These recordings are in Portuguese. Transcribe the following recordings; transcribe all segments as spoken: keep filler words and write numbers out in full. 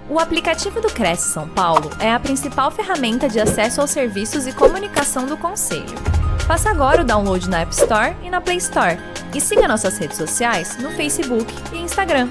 O aplicativo do Cresce São Paulo é a principal ferramenta de acesso aos serviços e comunicação do Conselho. Faça agora o download na App Store e na Play Store. E siga nossas redes sociais no Facebook e Instagram.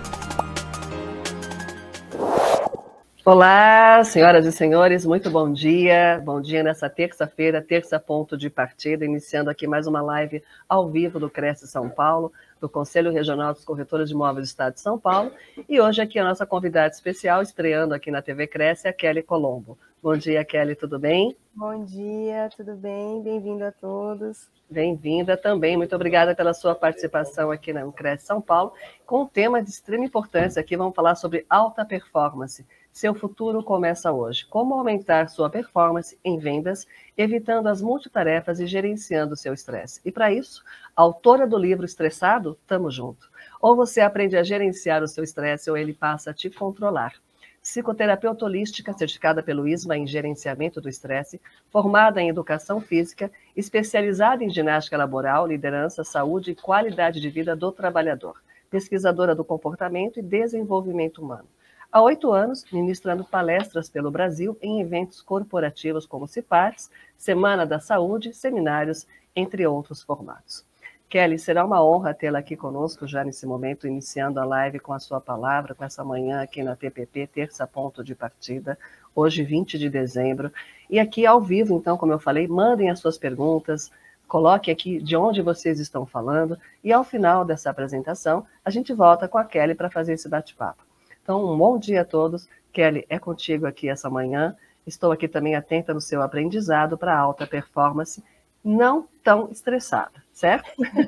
Olá, senhoras e senhores, muito bom dia. Bom dia nessa terça-feira, terça ponto de partida, iniciando aqui mais uma live ao vivo do Cresce São Paulo, do Conselho Regional dos Corretores de Imóveis do Estado de São Paulo. E hoje aqui a nossa convidada especial, estreando aqui na T V Cresce, é a Kelly Colombo. Bom dia, Kelly, tudo bem? Bom dia, tudo bem? Bem-vindo a todos. Bem-vinda também, muito obrigada pela sua participação aqui no Cresce São Paulo. Com um tema de extrema importância aqui, vamos falar sobre alta performance. Seu futuro começa hoje. Como aumentar sua performance em vendas, evitando as multitarefas e gerenciando seu estresse. E para isso, a autora do livro Estressado, tamo junto. Ou você aprende a gerenciar o seu estresse ou ele passa a te controlar. Psicoterapeuta holística, certificada pelo I S M A em gerenciamento do estresse, formada em educação física, especializada em ginástica laboral, liderança, saúde e qualidade de vida do trabalhador. Pesquisadora do comportamento e desenvolvimento humano. Há oito anos, ministrando palestras pelo Brasil em eventos corporativos como CIPARTS, Semana da Saúde, seminários, entre outros formatos. Kelly, será uma honra tê-la aqui conosco já nesse momento, iniciando a live com a sua palavra, com essa manhã aqui na T P P, terça ponto de partida, hoje vinte de dezembro. E aqui ao vivo, então, como eu falei, mandem as suas perguntas, coloque aqui de onde vocês estão falando, e ao final dessa apresentação, a gente volta com a Kelly para fazer esse bate-papo. Então, um bom dia a todos. Kelly, é contigo aqui essa manhã. Estou aqui também atenta no seu aprendizado para alta performance, não tão estressada, certo?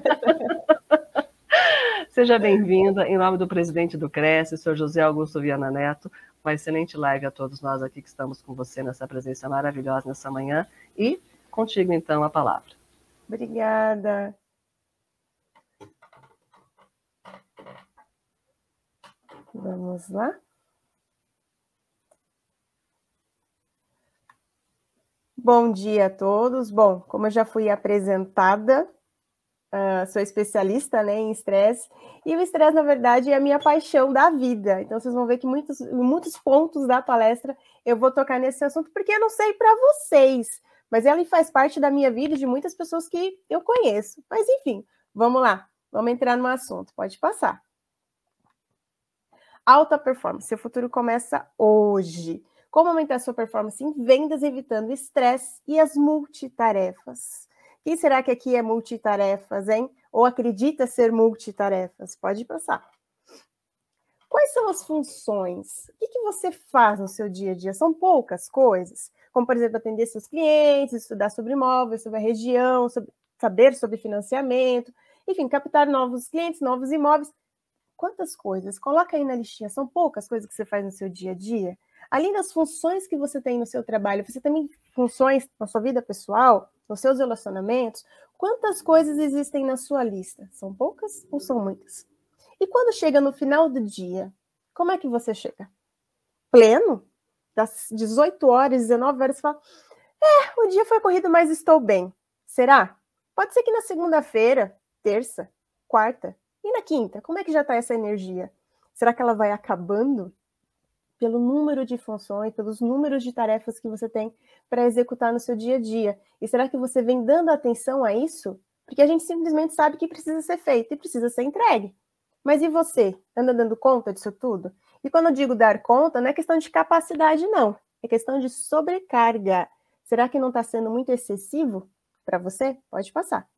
Seja bem-vinda, em nome do presidente do Cresce, o senhor José Augusto Viana Neto. Uma excelente live a todos nós aqui que estamos com você nessa presença maravilhosa nessa manhã. E contigo, então, a palavra. Obrigada. Vamos lá? Bom dia a todos. Bom, como eu já fui apresentada, uh, sou especialista, né, em estresse, e o estresse, na verdade, é a minha paixão da vida. Então, vocês vão ver que muitos, muitos pontos da palestra eu vou tocar nesse assunto, porque eu não sei para vocês, mas ele faz parte da minha vida e de muitas pessoas que eu conheço. Mas, enfim, vamos lá. Vamos entrar no assunto. Pode passar. Alta performance, seu futuro começa hoje. Como aumentar sua performance em vendas, evitando estresse e as multitarefas? Quem será que aqui é multitarefas, hein? Ou acredita ser multitarefas? Pode passar. Quais são as funções? O que, que você faz no seu dia a dia? São poucas coisas, como, por exemplo, atender seus clientes, estudar sobre imóveis, sobre a região, sobre, saber sobre financiamento, enfim, captar novos clientes, novos imóveis. Quantas coisas? Coloca aí na listinha. São poucas coisas que você faz no seu dia a dia? Além das funções que você tem no seu trabalho, você também tem funções na sua vida pessoal, nos seus relacionamentos? Quantas coisas existem na sua lista? São poucas ou são muitas? E quando chega no final do dia, como é que você chega? Pleno? Das dezoito horas, dezenove horas, você fala, é, o dia foi corrido, mas estou bem. Será? Pode ser que na segunda-feira, terça, quarta, e na quinta, como é que já está essa energia? Será que ela vai acabando? Pelo número de funções, pelos números de tarefas que você tem para executar no seu dia a dia. E será que você vem dando atenção a isso? Porque a gente simplesmente sabe que precisa ser feito e precisa ser entregue. Mas e você? Anda dando conta disso tudo? E quando eu digo dar conta, não é questão de capacidade, não. É questão de sobrecarga. Será que não está sendo muito excessivo para você? Pode passar.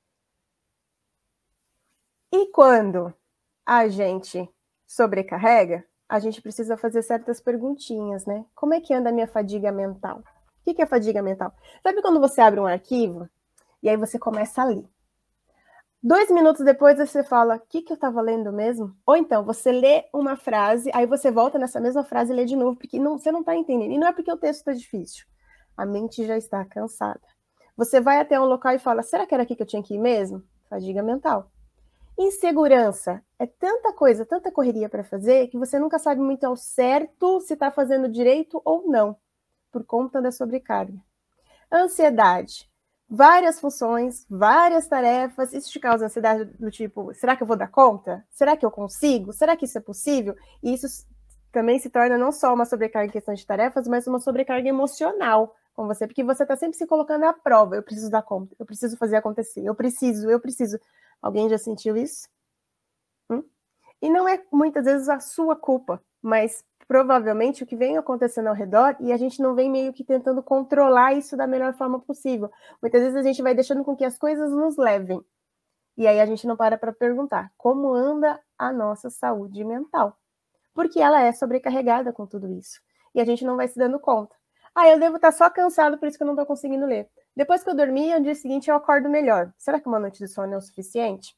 E quando a gente sobrecarrega, a gente precisa fazer certas perguntinhas, né? Como é que anda a minha fadiga mental? O que é fadiga mental? Sabe quando você abre um arquivo e aí você começa a ler? Dois minutos depois você fala, o que, que eu estava lendo mesmo? Ou então, você lê uma frase, aí você volta nessa mesma frase e lê de novo, porque não, você não está entendendo. E não é porque o texto está difícil. A mente já está cansada. Você vai até um local e fala, será que era aqui que eu tinha que ir mesmo? Fadiga mental. Insegurança. É tanta coisa, tanta correria para fazer, que você nunca sabe muito ao certo se está fazendo direito ou não, por conta da sobrecarga. Ansiedade. Várias funções, várias tarefas, isso te causa ansiedade do tipo, será que eu vou dar conta? Será que eu consigo? Será que isso é possível? E isso também se torna não só uma sobrecarga em questão de tarefas, mas uma sobrecarga emocional com você, porque você está sempre se colocando à prova. Eu preciso dar conta, eu preciso fazer acontecer, eu preciso, eu preciso. Alguém já sentiu isso? Hum? E não é muitas vezes a sua culpa, mas provavelmente o que vem acontecendo ao redor e a gente não vem meio que tentando controlar isso da melhor forma possível. Muitas vezes a gente vai deixando com que as coisas nos levem. E aí a gente não para para perguntar como anda a nossa saúde mental. Porque ela é sobrecarregada com tudo isso. E a gente não vai se dando conta. Ah, eu devo estar só cansado, por isso que eu não estou conseguindo ler. Depois que eu dormir, no dia seguinte eu acordo melhor. Será que uma noite de sono é o suficiente?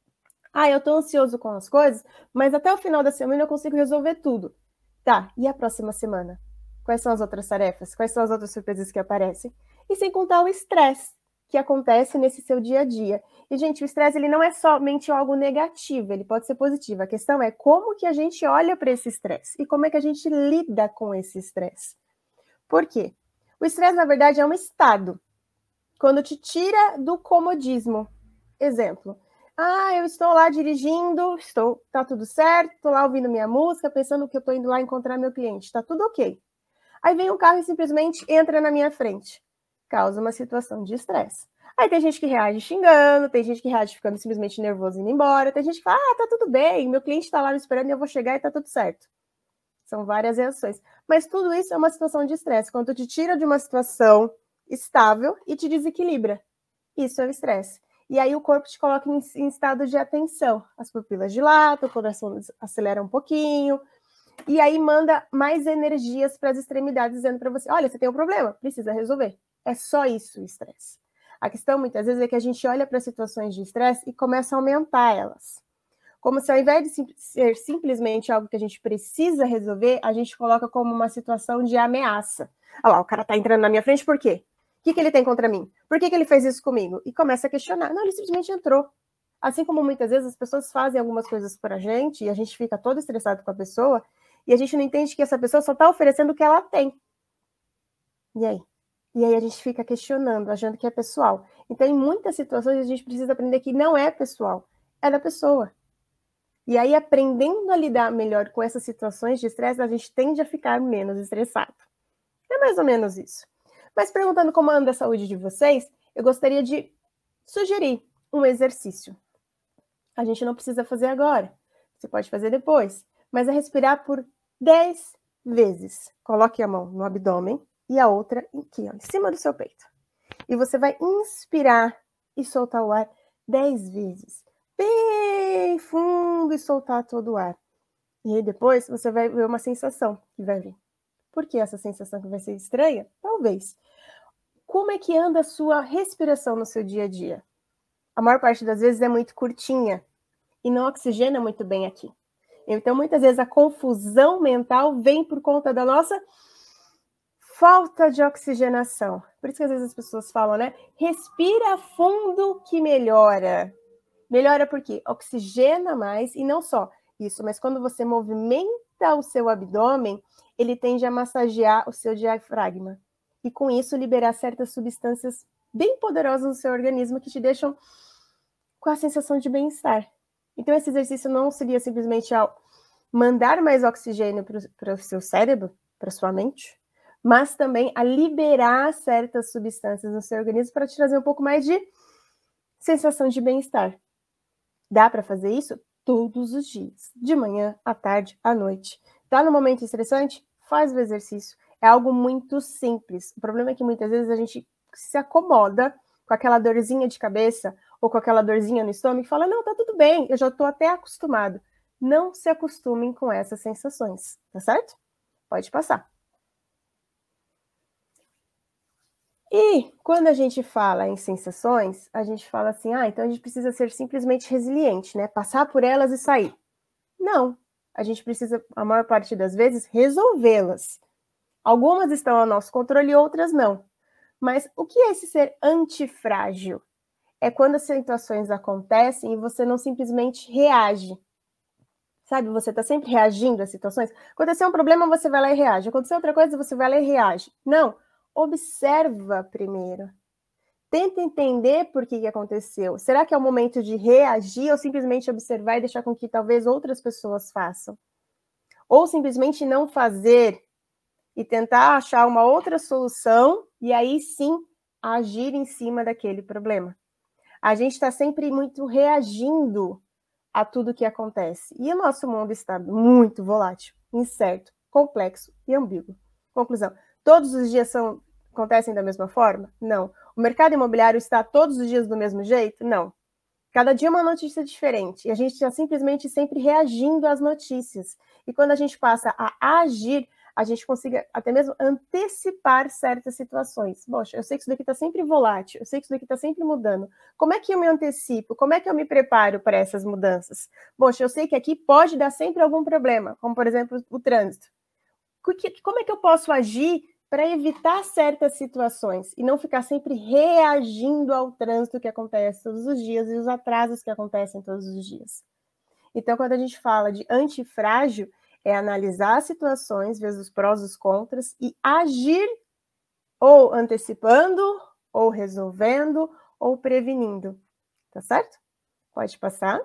Ah, eu estou ansioso com as coisas, mas até o final da semana eu consigo resolver tudo. Tá, e a próxima semana? Quais são as outras tarefas? Quais são as outras surpresas que aparecem? E sem contar o estresse que acontece nesse seu dia a dia. E, gente, o estresse ele não é somente algo negativo, ele pode ser positivo. A questão é como que a gente olha para esse estresse e como é que a gente lida com esse estresse. Por quê? O estresse, na verdade, é um estado. Quando te tira do comodismo. Exemplo. Ah, eu estou lá dirigindo, estou, tá tudo certo, estou lá ouvindo minha música, pensando que eu estou indo lá encontrar meu cliente. Tá tudo ok. Aí vem um carro e simplesmente entra na minha frente. Causa uma situação de estresse. Aí tem gente que reage xingando, tem gente que reage ficando simplesmente nervoso e indo embora, tem gente que fala, ah, tá tudo bem, meu cliente tá lá me esperando e eu vou chegar e tá tudo certo. São várias reações. Mas tudo isso é uma situação de estresse, quando te tira de uma situação estável e te desequilibra. Isso é o estresse. E aí o corpo te coloca em, em estado de atenção. As pupilas dilatam, o coração acelera um pouquinho, e aí manda mais energias para as extremidades, dizendo para você, olha, você tem um problema, precisa resolver. É só isso o estresse. A questão, muitas vezes, é que a gente olha para situações de estresse e começa a aumentar elas. Como se, ao invés de sim- ser simplesmente algo que a gente precisa resolver, a gente coloca como uma situação de ameaça. Olha lá, o cara está entrando na minha frente, por quê? O que, que ele tem contra mim? Por que, que ele fez isso comigo? E começa a questionar. Não, ele simplesmente entrou. Assim como muitas vezes as pessoas fazem algumas coisas para a gente e a gente fica todo estressado com a pessoa e a gente não entende que essa pessoa só está oferecendo o que ela tem. E aí? E aí a gente fica questionando, achando que é pessoal. Então, em muitas situações, a gente precisa aprender que não é pessoal, é da pessoa. E aí, aprendendo a lidar melhor com essas situações de estresse, a gente tende a ficar menos estressado. É mais ou menos isso. Mas perguntando como anda a saúde de vocês, eu gostaria de sugerir um exercício. A gente não precisa fazer agora, você pode fazer depois, mas é respirar por dez vezes. Coloque a mão no abdômen e a outra aqui, ó, em cima do seu peito. E você vai inspirar e soltar o ar dez vezes. Bem fundo e soltar todo o ar. E aí depois você vai ver uma sensação que vai vir. Por que essa sensação que vai ser estranha? Talvez. Como é que anda a sua respiração no seu dia a dia? A maior parte das vezes é muito curtinha e não oxigena muito bem aqui. Então, muitas vezes a confusão mental vem por conta da nossa falta de oxigenação. Por isso que às vezes as pessoas falam, né? Respira fundo que melhora. Melhora porque oxigena mais, e não só isso, mas quando você movimenta o seu abdômen, ele tende a massagear o seu diafragma. E com isso liberar certas substâncias bem poderosas no seu organismo que te deixam com a sensação de bem-estar. Então esse exercício não seria simplesmente ao mandar mais oxigênio para o seu cérebro, para sua mente, mas também a liberar certas substâncias no seu organismo para te trazer um pouco mais de sensação de bem-estar. Dá para fazer isso todos os dias, de manhã, à tarde, à noite. Tá no momento estressante? Faz o exercício. É algo muito simples. O problema é que muitas vezes a gente se acomoda com aquela dorzinha de cabeça ou com aquela dorzinha no estômago e fala, não, tá tudo bem, eu já estou até acostumado. Não se acostumem com essas sensações, tá certo? Pode passar. E quando a gente fala em sensações, a gente fala assim, ah, então a gente precisa ser simplesmente resiliente, né? Passar por elas e sair. Não, a gente precisa, a maior parte das vezes, resolvê-las. Algumas estão ao nosso controle e outras não. Mas o que é esse ser antifrágil? É quando as situações acontecem e você não simplesmente reage. Sabe, você está sempre reagindo às situações. Aconteceu um problema, você vai lá e reage. Aconteceu outra coisa, você vai lá e reage. Não. Observa primeiro. Tenta entender por que, que aconteceu. Será que é o momento de reagir ou simplesmente observar e deixar com que talvez outras pessoas façam? Ou simplesmente não fazer e tentar achar uma outra solução e aí sim agir em cima daquele problema. A gente está sempre muito reagindo a tudo que acontece. E o nosso mundo está muito volátil, incerto, complexo e ambíguo. Conclusão, todos os dias são, acontecem da mesma forma? Não. O mercado imobiliário está todos os dias do mesmo jeito? Não. Cada dia é uma notícia diferente. E a gente está simplesmente sempre reagindo às notícias. E quando a gente passa a agir, a gente consiga até mesmo antecipar certas situações. Poxa, eu sei que isso daqui está sempre volátil, eu sei que isso daqui está sempre mudando. Como é que eu me antecipo? Como é que eu me preparo para essas mudanças? Poxa, eu sei que aqui pode dar sempre algum problema, como, por exemplo, o trânsito. Como é que eu posso agir para evitar certas situações e não ficar sempre reagindo ao trânsito que acontece todos os dias e os atrasos que acontecem todos os dias? Então, quando a gente fala de antifrágil, é analisar as situações, ver os prós e os contras e agir ou antecipando, ou resolvendo, ou prevenindo. Tá certo? Pode passar.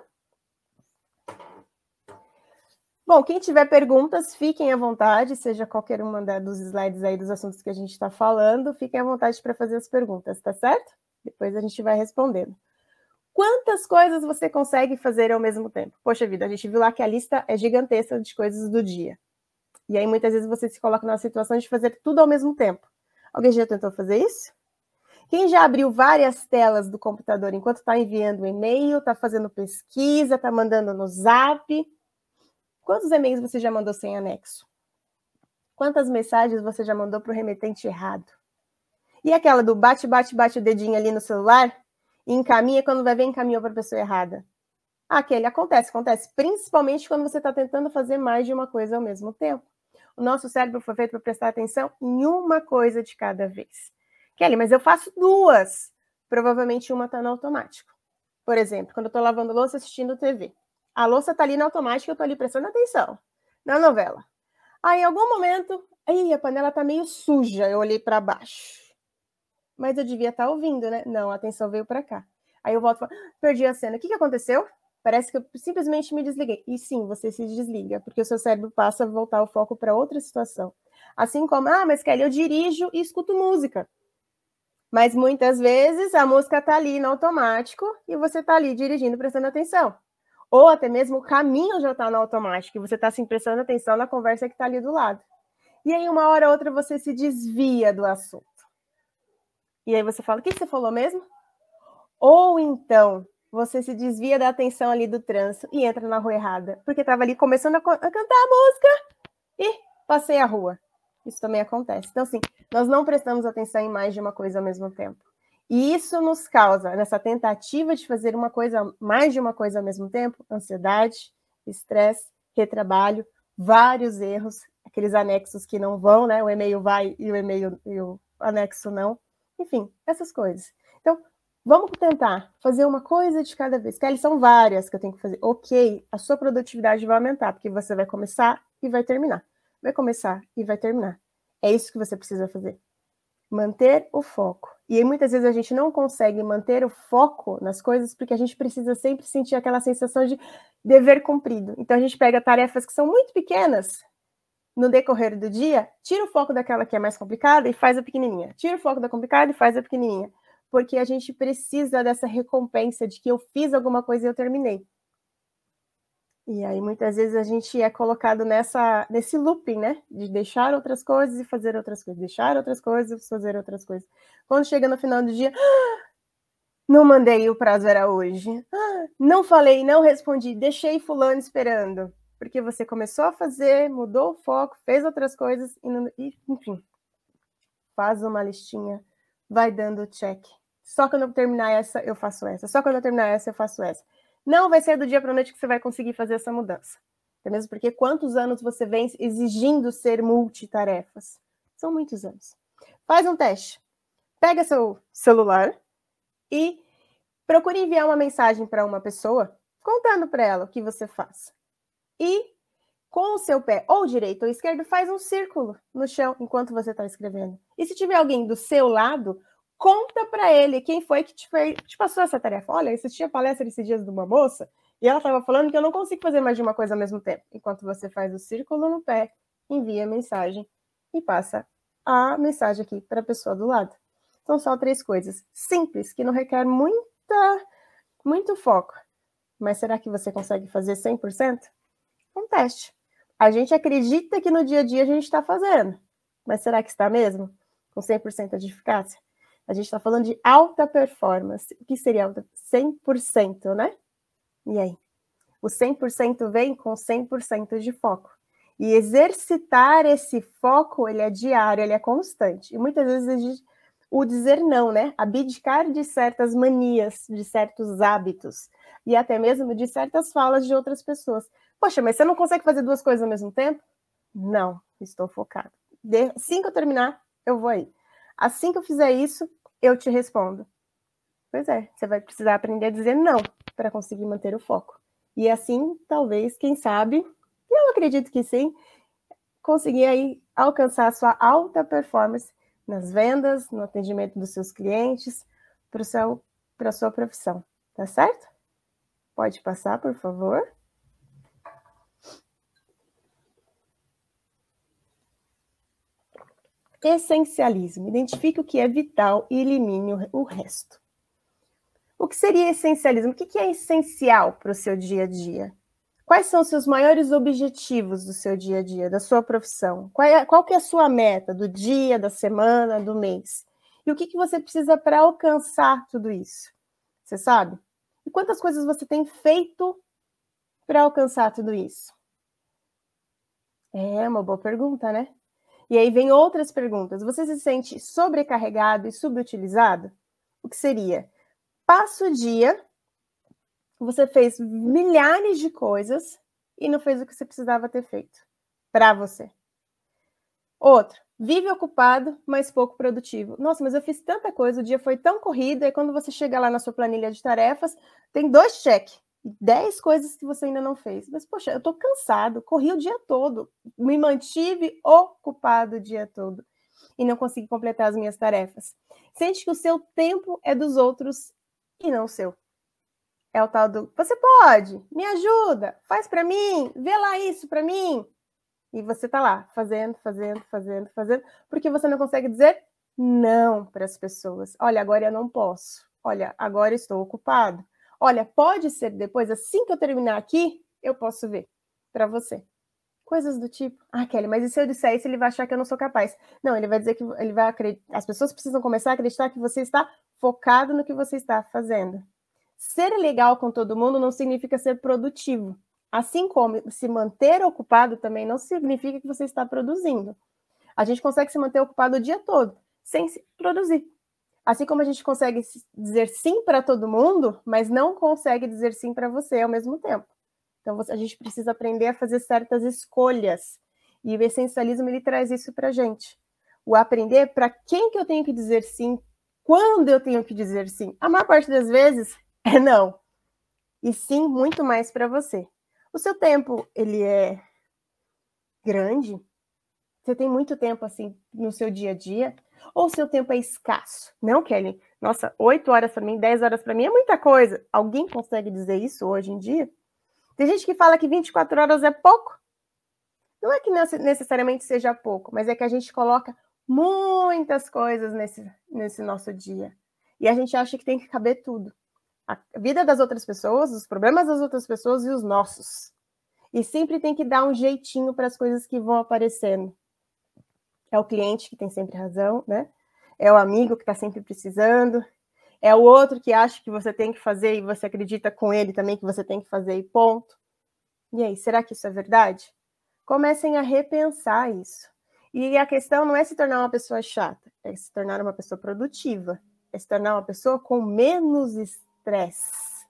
Bom, quem tiver perguntas, fiquem à vontade, seja qualquer uma dos slides aí dos assuntos que a gente está falando, fiquem à vontade para fazer as perguntas, tá certo? Depois a gente vai respondendo. Quantas coisas você consegue fazer ao mesmo tempo? Poxa vida, a gente viu lá que a lista é gigantesca de coisas do dia. E aí muitas vezes você se coloca na situação de fazer tudo ao mesmo tempo. Alguém já tentou fazer isso? Quem já abriu várias telas do computador enquanto está enviando um e-mail, está fazendo pesquisa, está mandando no Zap? Quantos e-mails você já mandou sem anexo? Quantas mensagens você já mandou para o remetente errado? E aquela do bate, bate, bate o dedinho ali no celular e encaminha, quando vai ver, encaminhou para a pessoa errada? Aquele acontece, acontece principalmente quando você está tentando fazer mais de uma coisa ao mesmo tempo. O nosso cérebro foi feito para prestar atenção em uma coisa de cada vez. Kelly, mas eu faço duas. Provavelmente uma está no automático. Por exemplo, quando eu estou lavando louça assistindo T V. A louça está ali no automático, eu estou ali prestando atenção na novela. Aí, em algum momento, aí a panela está meio suja, eu olhei para baixo. Mas eu devia estar ouvindo, né? Não, a atenção veio para cá. Aí eu volto e falo, perdi a cena. O que, que aconteceu? Parece que eu simplesmente me desliguei. E sim, você se desliga, porque o seu cérebro passa a voltar o foco para outra situação. Assim como, ah, mas Kelly, eu dirijo e escuto música. Mas muitas vezes a música está ali no automático e você está ali dirigindo, prestando atenção. Ou até mesmo o caminho já está no automático e você está se prestando atenção na conversa que está ali do lado. E aí, uma hora ou outra, você se desvia do assunto. E aí você fala, o que você falou mesmo? Ou então, você se desvia da atenção ali do trânsito e entra na rua errada, porque estava ali começando a, a cantar a música e passei a rua. Isso também acontece. Então, assim, nós não prestamos atenção em mais de uma coisa ao mesmo tempo. E isso nos causa, nessa tentativa de fazer uma coisa, mais de uma coisa ao mesmo tempo, ansiedade, estresse, retrabalho, vários erros, aqueles anexos que não vão, né? O e-mail vai e o e-mail e o anexo não. Enfim, essas coisas. Então, vamos tentar fazer uma coisa de cada vez. Kelly, são várias que eu tenho que fazer. Ok, a sua produtividade vai aumentar, porque você vai começar e vai terminar. Vai começar e vai terminar. É isso que você precisa fazer. Manter o foco. E aí, muitas vezes a gente não consegue manter o foco nas coisas porque a gente precisa sempre sentir aquela sensação de dever cumprido. Então, a gente pega tarefas que são muito pequenas no decorrer do dia, tira o foco daquela que é mais complicada e faz a pequenininha. Tira o foco da complicada e faz a pequenininha. Porque a gente precisa dessa recompensa de que eu fiz alguma coisa e eu terminei. E aí, muitas vezes, a gente é colocado nessa, nesse looping, né? De deixar outras coisas e fazer outras coisas. Deixar outras coisas e fazer outras coisas. Quando chega no final do dia, não mandei, o prazo era hoje. Não falei, não respondi, deixei fulano esperando. Porque você começou a fazer, mudou o foco, fez outras coisas e, não, e enfim. Faz uma listinha, vai dando check. Só quando eu terminar essa, eu faço essa. Só quando eu terminar essa, eu faço essa. Não vai ser do dia para a noite que você vai conseguir fazer essa mudança. Até mesmo porque quantos anos você vem exigindo ser multitarefas? São muitos anos. Faz um teste. Pega seu celular e procure enviar uma mensagem para uma pessoa contando para ela o que você faz. E com o seu pé ou direito ou esquerdo, faz um círculo no chão enquanto você está escrevendo. E se tiver alguém do seu lado, conta para ele quem foi que te, te passou essa tarefa. Olha, eu assisti a palestra esses dias de uma moça E ela estava falando que eu não consigo fazer mais de uma coisa ao mesmo tempo. Enquanto você faz o círculo no pé, envia a mensagem e passa a mensagem aqui para a pessoa do lado. São só três coisas simples, que não requer muita, muito foco. Mas será que você consegue fazer cem por cento? Um teste. A gente acredita que no dia a dia a gente está fazendo. Mas será que está mesmo? Com cem por cento de eficácia? A gente está falando de alta performance. O que seria alta? cem por cento, né? E aí? O cem por cento vem com cem por cento de foco. E exercitar esse foco, ele é diário, ele é constante. E muitas vezes a gente, o dizer não, né? Abdicar de certas manias, de certos hábitos. E até mesmo de certas falas de outras pessoas. Poxa, mas você não consegue fazer duas coisas ao mesmo tempo? Não, estou focado. De, assim que eu terminar, eu vou aí. Assim que eu fizer isso, eu te respondo. Pois é, você vai precisar aprender a dizer não para conseguir manter o foco. E assim, talvez, quem sabe, eu acredito que sim, conseguir aí alcançar a sua alta performance nas vendas, no atendimento dos seus clientes, para seu, para a sua profissão. Tá certo? Pode passar, por favor. Essencialismo. Identifique o que é vital e elimine o resto. O que seria essencialismo? O que é essencial para o seu dia a dia? Quais são os seus maiores objetivos do seu dia a dia, da sua profissão? Qual, é, qual que é a sua meta do dia, da semana, do mês? E o que, que você precisa para alcançar tudo isso? Você sabe? E quantas coisas você tem feito para alcançar tudo isso? É uma boa pergunta, né? E aí vem outras perguntas. Você se sente sobrecarregado e subutilizado? O que seria? Passa o dia, você fez milhares de coisas e não fez o que você precisava ter feito para você. Outro, vive ocupado, mas pouco produtivo. Nossa, mas eu fiz tanta coisa, o dia foi tão corrido, e quando você chega lá na sua planilha de tarefas, tem dois cheques, dez coisas que você ainda não fez. Mas, poxa, eu tô cansado, corri o dia todo, me mantive ocupado o dia todo e não consegui completar as minhas tarefas. Sente que o seu tempo é dos outros e não o seu. É o tal do, você pode, me ajuda, faz para mim, vê lá isso para mim. E você tá lá, fazendo, fazendo, fazendo, fazendo, porque você não consegue dizer não para as pessoas. Olha, agora eu não posso. Olha, agora eu estou ocupado. Olha, pode ser depois, assim que eu terminar aqui, eu posso ver para você. Coisas do tipo, ah, Kelly, mas e se eu disser isso, ele vai achar que eu não sou capaz. Não, ele vai dizer que ele vai acreditar. As pessoas precisam começar a acreditar que você está focado no que você está fazendo. Ser legal com todo mundo não significa ser produtivo. Assim como se manter ocupado também não significa que você está produzindo. A gente consegue se manter ocupado o dia todo, sem produzir. Assim como a gente consegue dizer sim para todo mundo, mas não consegue dizer sim para você ao mesmo tempo. Então, a gente precisa aprender a fazer certas escolhas. E o essencialismo, ele traz isso para a gente. O aprender para quem que eu tenho que dizer sim, quando eu tenho que dizer sim. A maior parte das vezes é não. E sim, muito mais para você. O seu tempo, ele é grande? Você tem muito tempo, assim, no seu dia a dia? Ou o seu tempo é escasso? Não, Kelly? Nossa, oito horas para mim, dez horas para mim é muita coisa. Alguém consegue dizer isso hoje em dia? Tem gente que fala que vinte e quatro horas é pouco. Não é que necessariamente seja pouco, mas é que a gente coloca muitas coisas nesse, nesse nosso dia. E a gente acha que tem que caber tudo. A vida das outras pessoas, os problemas das outras pessoas e os nossos. E sempre tem que dar um jeitinho para as coisas que vão aparecendo. É o cliente que tem sempre razão, né? É o amigo que está sempre precisando. É o outro que acha que você tem que fazer e você acredita com ele também que você tem que fazer e ponto. E aí, será que isso é verdade? Comecem a repensar isso. E a questão não é se tornar uma pessoa chata, é se tornar uma pessoa produtiva, é se tornar uma pessoa com menos estresse.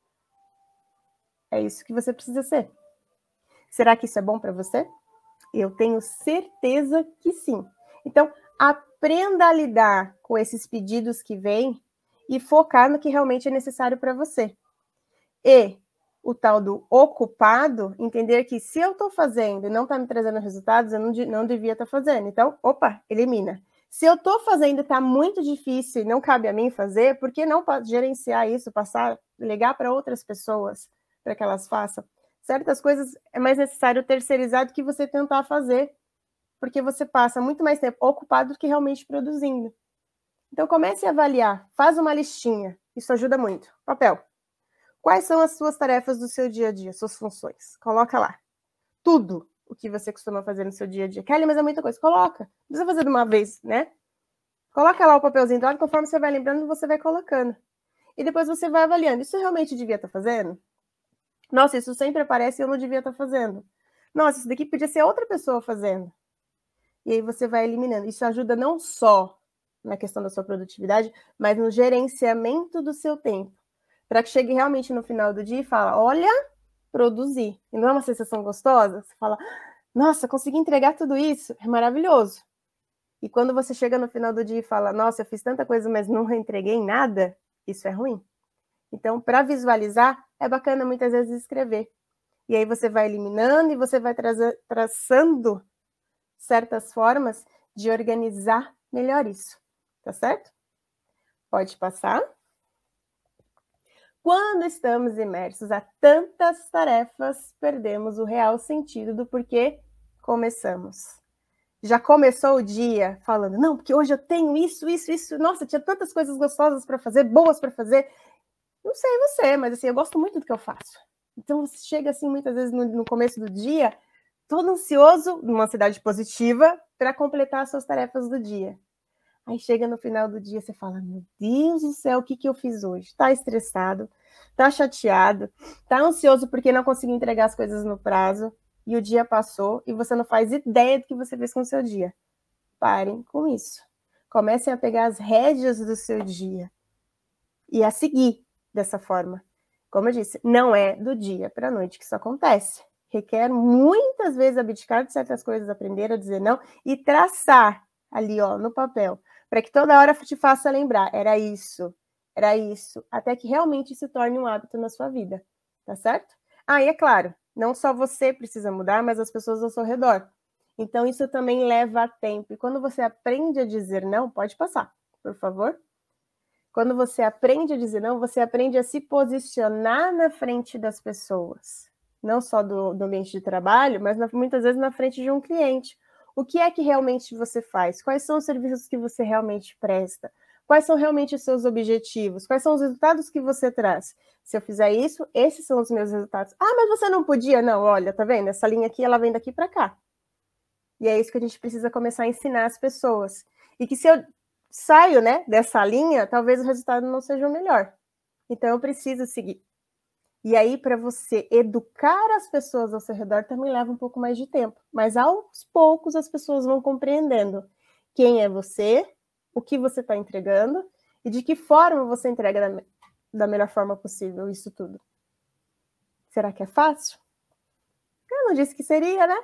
É isso que você precisa ser. Será que isso é bom para você? Eu tenho certeza que sim. Então, aprenda a lidar com esses pedidos que vêm e focar no que realmente é necessário para você. E o tal do ocupado, entender que se eu estou fazendo e não está me trazendo resultados, eu não, não devia estar tá fazendo. Então, opa, elimina. Se eu estou fazendo e está muito difícil e não cabe a mim fazer, por que não gerenciar isso, passar, ligar para outras pessoas para que elas façam. Certas coisas é mais necessário terceirizar do que você tentar fazer, porque você passa muito mais tempo ocupado do que realmente produzindo. Então comece a avaliar, faz uma listinha, isso ajuda muito. Papel. Quais são as suas tarefas do seu dia a dia, suas funções? Coloca lá. Tudo o que você costuma fazer no seu dia a dia. Kelly, mas é muita coisa. Coloca. Não precisa fazer de uma vez, né? Coloca lá o papelzinho do lado, conforme você vai lembrando, você vai colocando. E depois você vai avaliando. Isso eu realmente devia estar fazendo? Nossa, isso sempre aparece e eu não devia estar fazendo. Nossa, isso daqui podia ser outra pessoa fazendo. E aí você vai eliminando. Isso ajuda não só na questão da sua produtividade, mas no gerenciamento do seu tempo. Para que chegue realmente no final do dia e fala, olha, produzi. E não é uma sensação gostosa? Você fala, nossa, consegui entregar tudo isso, é maravilhoso. E quando você chega no final do dia e fala, nossa, eu fiz tanta coisa, mas não entreguei nada, isso é ruim. Então, para visualizar, é bacana muitas vezes escrever. E aí você vai eliminando e você vai traza- traçando certas formas de organizar melhor isso. Tá certo? Pode passar. Quando estamos imersos a tantas tarefas, perdemos o real sentido do porquê começamos. Já começou o dia falando, não, porque hoje eu tenho isso, isso, isso, nossa, tinha tantas coisas gostosas para fazer, boas para fazer. Não sei você, mas assim, eu gosto muito do que eu faço. Então você chega assim, muitas vezes no, no começo do dia, todo ansioso, numa ansiedade positiva, para completar as suas tarefas do dia. Aí chega no final do dia, você fala, meu Deus do céu, o que, que eu fiz hoje? Tá estressado, tá chateado, tá ansioso porque não conseguiu entregar as coisas no prazo, e o dia passou, e você não faz ideia do que você fez com o seu dia. Parem com isso. Comecem a pegar as rédeas do seu dia e a seguir dessa forma. Como eu disse, não é do dia para a noite que isso acontece. Requer muitas vezes abdicar de certas coisas, aprender a dizer não e traçar ali, ó, no papel, para que toda hora te faça lembrar, era isso, era isso, até que realmente se torne um hábito na sua vida, tá certo? Ah, e é claro, não só você precisa mudar, mas as pessoas ao seu redor. Então isso também leva tempo. E quando você aprende a dizer não, pode passar, por favor. Quando você aprende a dizer não, você aprende a se posicionar na frente das pessoas. Não só do, do ambiente de trabalho, mas na, muitas vezes na frente de um cliente. O que é que realmente você faz? Quais são os serviços que você realmente presta? Quais são realmente os seus objetivos? Quais são os resultados que você traz? Se eu fizer isso, esses são os meus resultados. Ah, mas você não podia? Não, olha, tá vendo? Essa linha aqui, ela vem daqui para cá. E é isso que a gente precisa começar a ensinar as pessoas. E que se eu saio, né, dessa linha, talvez o resultado não seja o melhor. Então, eu preciso seguir. E aí, para você educar as pessoas ao seu redor, também leva um pouco mais de tempo. Mas, aos poucos, as pessoas vão compreendendo quem é você, o que você está entregando e de que forma você entrega da, da melhor forma possível isso tudo. Será que é fácil? Eu não disse que seria, né?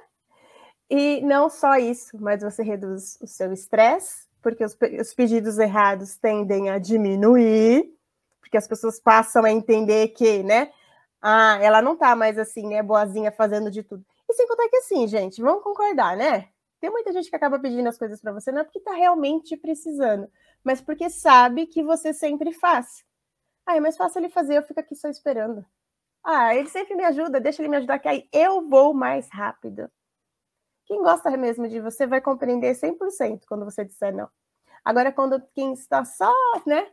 E não só isso, mas você reduz o seu estresse, porque os, os pedidos errados tendem a diminuir, porque as pessoas passam a entender que, né, ah, ela não tá mais assim, né, boazinha fazendo de tudo. E sem contar que assim, gente, vamos concordar, né? Tem muita gente que acaba pedindo as coisas para você, não é porque tá realmente precisando, mas porque sabe que você sempre faz. Ah, é mais fácil ele fazer, eu fico aqui só esperando. Ah, ele sempre me ajuda, deixa ele me ajudar, que aí eu vou mais rápido. Quem gosta mesmo de você vai compreender cem por cento quando você disser não. Agora, quando quem está só, né,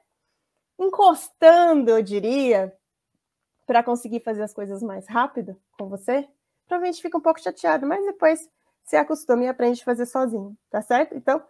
encostando, eu diria, para conseguir fazer as coisas mais rápido com você, provavelmente fica um pouco chateado, mas depois se acostuma e aprende a fazer sozinho, tá certo? Então,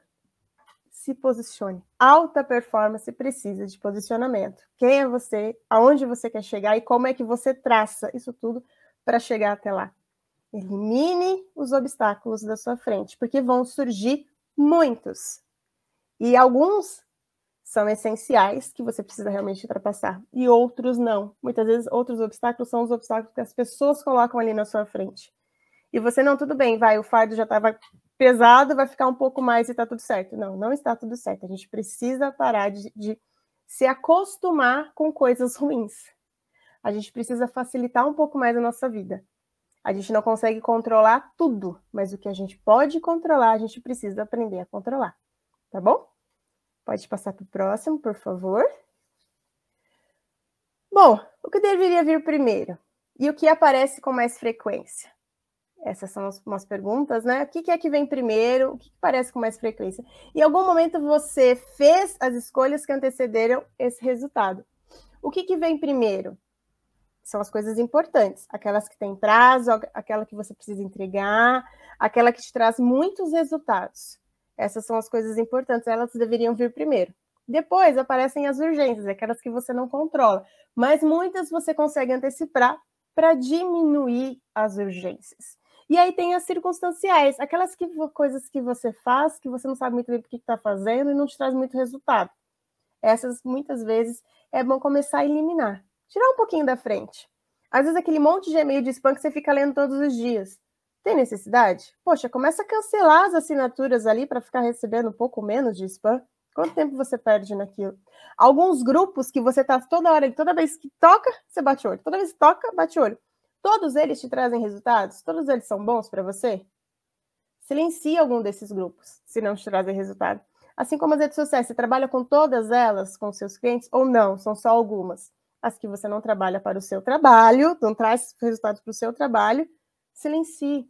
se posicione. Alta performance precisa de posicionamento. Quem é você, aonde você quer chegar e como é que você traça isso tudo para chegar até lá. Elimine os obstáculos da sua frente, porque vão surgir muitos. E alguns são essenciais, que você precisa realmente ultrapassar, e outros não. Muitas vezes, outros obstáculos são os obstáculos que as pessoas colocam ali na sua frente. E você, não, tudo bem, vai, o fardo já estava pesado, vai ficar um pouco mais e está tudo certo. Não, não está tudo certo. A gente precisa parar de, de se acostumar com coisas ruins. A gente precisa facilitar um pouco mais a nossa vida. A gente não consegue controlar tudo, mas o que a gente pode controlar, a gente precisa aprender a controlar. Tá bom? Pode passar para o próximo, por favor. Bom, o que deveria vir primeiro? E o que aparece com mais frequência? Essas são umas perguntas, né? O que é que vem primeiro? O que aparece com mais frequência? Em algum momento você fez as escolhas que antecederam esse resultado. O que que vem primeiro? São as coisas importantes, aquelas que têm prazo, aquela que você precisa entregar, aquela que te traz muitos resultados. Essas são as coisas importantes, elas deveriam vir primeiro. Depois aparecem as urgências, aquelas que você não controla, mas muitas você consegue antecipar para diminuir as urgências. E aí tem as circunstanciais, aquelas que, coisas que você faz, que você não sabe muito bem o que está fazendo e não te traz muito resultado. Essas, muitas vezes, é bom começar a eliminar. Tirar um pouquinho da frente. Às vezes aquele monte de e-mail de spam que você fica lendo todos os dias. Tem necessidade? Poxa, começa a cancelar as assinaturas ali para ficar recebendo um pouco menos de spam. Quanto tempo você perde naquilo? Alguns grupos que você está toda hora, toda vez que toca, você bate o olho. Toda vez que toca, bate o olho. Todos eles te trazem resultados? Todos eles são bons para você? Silencie algum desses grupos, se não te trazem resultado. Assim como as redes sociais, você trabalha com todas elas, com seus clientes, ou não, são só algumas. As que você não trabalha para o seu trabalho, não traz resultados para o seu trabalho, silencie.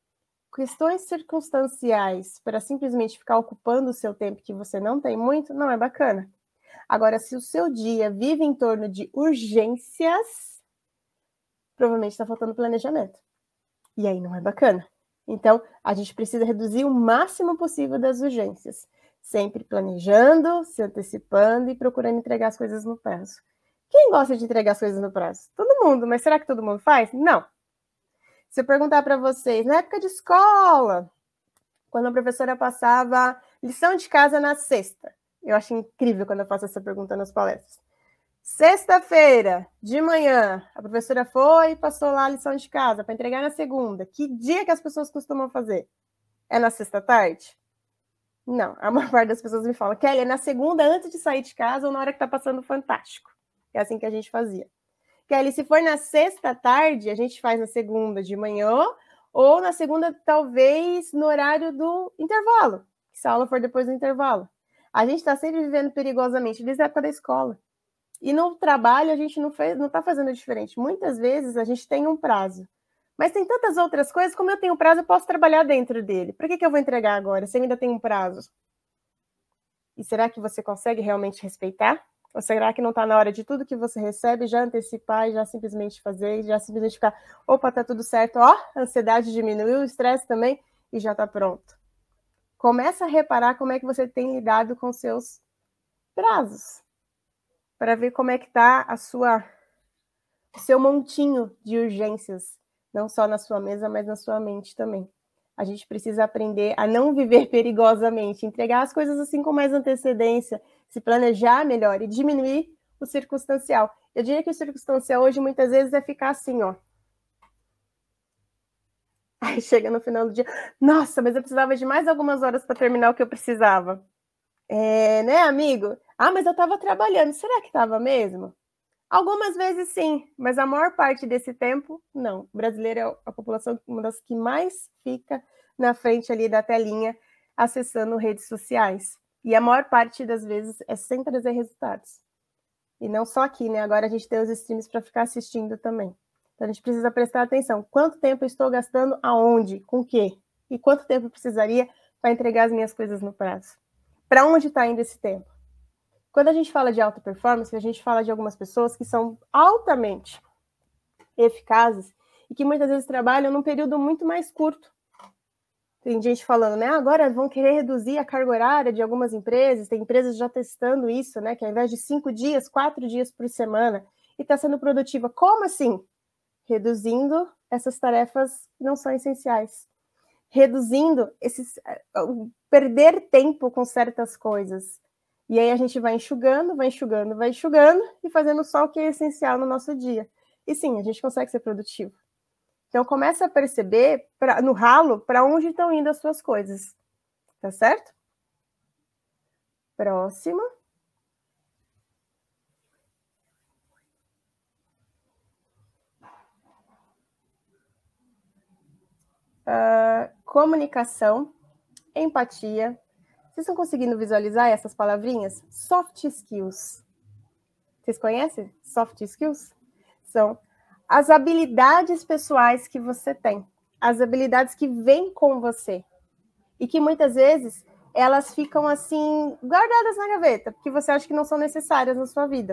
Questões circunstanciais para simplesmente ficar ocupando o seu tempo que você não tem muito, não é bacana. Agora, se o seu dia vive em torno de urgências, provavelmente está faltando planejamento. E aí não é bacana. Então, a gente precisa reduzir o máximo possível das urgências. Sempre planejando, se antecipando e procurando entregar as coisas no prazo. Quem gosta de entregar as coisas no prazo? Todo mundo, mas será que todo mundo faz? Não. Se eu perguntar para vocês, na época de escola, quando a professora passava lição de casa na sexta, eu acho incrível quando eu faço essa pergunta nas palestras. Sexta-feira, de manhã, a professora foi e passou lá a lição de casa para entregar na segunda. Que dia que as pessoas costumam fazer? É na sexta-tarde? Não, a maior parte das pessoas me fala, Kelly, é na segunda antes de sair de casa ou na hora que está passando o Fantástico. É assim que a gente fazia. Kelly, se for na sexta-tarde, a gente faz na segunda de manhã ou na segunda, talvez, no horário do intervalo, se a aula for depois do intervalo. A gente está sempre vivendo perigosamente desde a época da escola. E no trabalho a gente não fez, não está fazendo diferente. Muitas vezes a gente tem um prazo. Mas tem tantas outras coisas, como eu tenho prazo, eu posso trabalhar dentro dele. Por que, que eu vou entregar agora, se eu ainda tenho um prazo? E será que você consegue realmente respeitar? Ou será que não está na hora de tudo que você recebe, já antecipar e já simplesmente fazer, e já simplesmente ficar, opa, tá tudo certo, ó, a ansiedade diminuiu, o estresse também, e já está pronto. Começa a reparar como é que você tem lidado com seus prazos, para ver como é que está a sua, o seu montinho de urgências, não só na sua mesa, mas na sua mente também. A gente precisa aprender a não viver perigosamente, entregar as coisas assim com mais antecedência, se planejar melhor e diminuir o circunstancial. Eu diria que o circunstancial hoje muitas vezes é ficar assim, ó. Aí chega no final do dia, nossa, mas eu precisava de mais algumas horas para terminar o que eu precisava. É, né, amigo? Ah, mas eu estava trabalhando. Será que estava mesmo? Algumas vezes sim, mas a maior parte desse tempo, não. O brasileiro é a população uma das que mais fica na frente ali da telinha acessando redes sociais. E a maior parte das vezes é sem trazer resultados. E não só aqui, né? Agora a gente tem os streams para ficar assistindo também. Então a gente precisa prestar atenção. Quanto tempo eu estou gastando aonde? Com o quê? E quanto tempo eu precisaria para entregar as minhas coisas no prazo? Para onde está indo esse tempo? Quando a gente fala de alta performance, a gente fala de algumas pessoas que são altamente eficazes e que muitas vezes trabalham num período muito mais curto. Tem gente falando, né? Agora vão querer reduzir a carga horária de algumas empresas, tem empresas já testando isso, né? Que ao invés de cinco dias, quatro dias por semana, e está sendo produtiva. Como assim? Reduzindo essas tarefas que não são essenciais. Reduzindo esses, perder tempo com certas coisas. E aí a gente vai enxugando, vai enxugando, vai enxugando e fazendo só o que é essencial no nosso dia. E sim, a gente consegue ser produtivo. Então começa a perceber pra, no ralo para onde estão indo as suas coisas. Tá certo? Próxima. Uh, comunicação, empatia. Vocês estão conseguindo visualizar essas palavrinhas? Soft skills. Vocês conhecem soft skills? São as habilidades pessoais que você tem, as habilidades que vêm com você, e que muitas vezes elas ficam assim, guardadas na gaveta, porque você acha que não são necessárias na sua vida.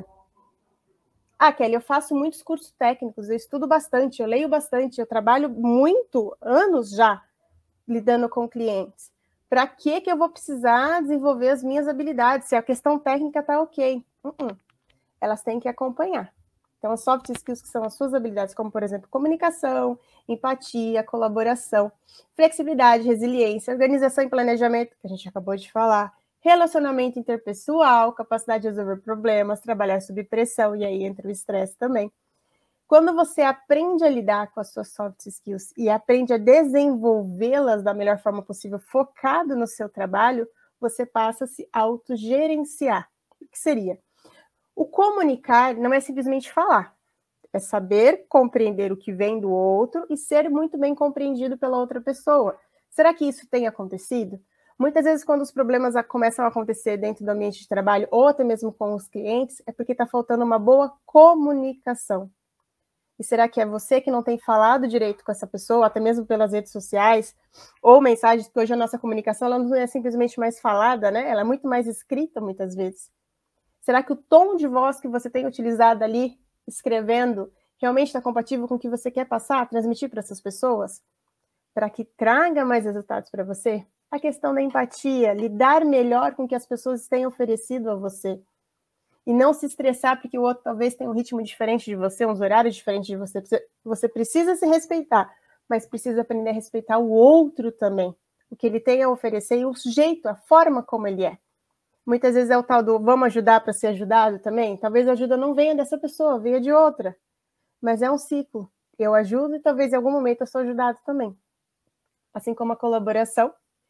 Ah, Kelly, eu faço muitos cursos técnicos, eu estudo bastante, eu leio bastante, eu trabalho muito, anos já, lidando com clientes. Para que que eu vou precisar desenvolver as minhas habilidades, se a questão técnica está ok? Uh-uh. Elas têm que acompanhar. Então, as soft skills, que são as suas habilidades, como, por exemplo, comunicação, empatia, colaboração, flexibilidade, resiliência, organização e planejamento, que a gente acabou de falar, relacionamento interpessoal, capacidade de resolver problemas, trabalhar sob pressão, e aí entra o estresse também. Quando você aprende a lidar com as suas soft skills e aprende a desenvolvê-las da melhor forma possível, focado no seu trabalho, você passa a se autogerenciar. O que seria? O comunicar não é simplesmente falar, é saber compreender o que vem do outro e ser muito bem compreendido pela outra pessoa. Será que isso tem acontecido? Muitas vezes, quando os problemas começam a acontecer dentro do ambiente de trabalho ou até mesmo com os clientes, é porque está faltando uma boa comunicação. E será que é você que não tem falado direito com essa pessoa, até mesmo pelas redes sociais, ou mensagens, porque hoje a nossa comunicação ela não é simplesmente mais falada, né? Ela é muito mais escrita, muitas vezes. Será que o tom de voz que você tem utilizado ali, escrevendo, realmente está compatível com o que você quer passar, transmitir para essas pessoas? Para que traga mais resultados para você? A questão da empatia, lidar melhor com o que as pessoas têm oferecido a você. E não se estressar porque o outro talvez tenha um ritmo diferente de você, uns horários diferentes de você. Você precisa se respeitar, mas precisa aprender a respeitar o outro também. O que ele tem a oferecer e o jeito, a forma como ele é. Muitas vezes é o tal do vamos ajudar para ser ajudado também. Talvez a ajuda não venha dessa pessoa, venha de outra. Mas é um ciclo. Eu ajudo e talvez em algum momento eu sou ajudado também. Assim como a colaboração.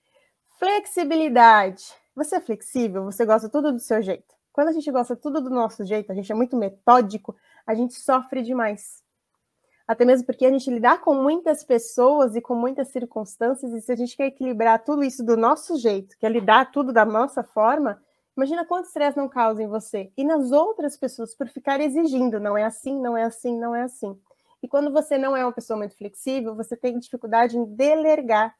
Flexibilidade. Você é flexível? Você gosta tudo do seu jeito? Quando a gente gosta tudo do nosso jeito, a gente é muito metódico, a gente sofre demais. Até mesmo porque a gente lidar com muitas pessoas e com muitas circunstâncias, e se a gente quer equilibrar tudo isso do nosso jeito, quer lidar tudo da nossa forma, imagina quanto estresse não causa em você e nas outras pessoas por ficar exigindo, não é assim, não é assim, não é assim. E quando você não é uma pessoa muito flexível, você tem dificuldade em delegar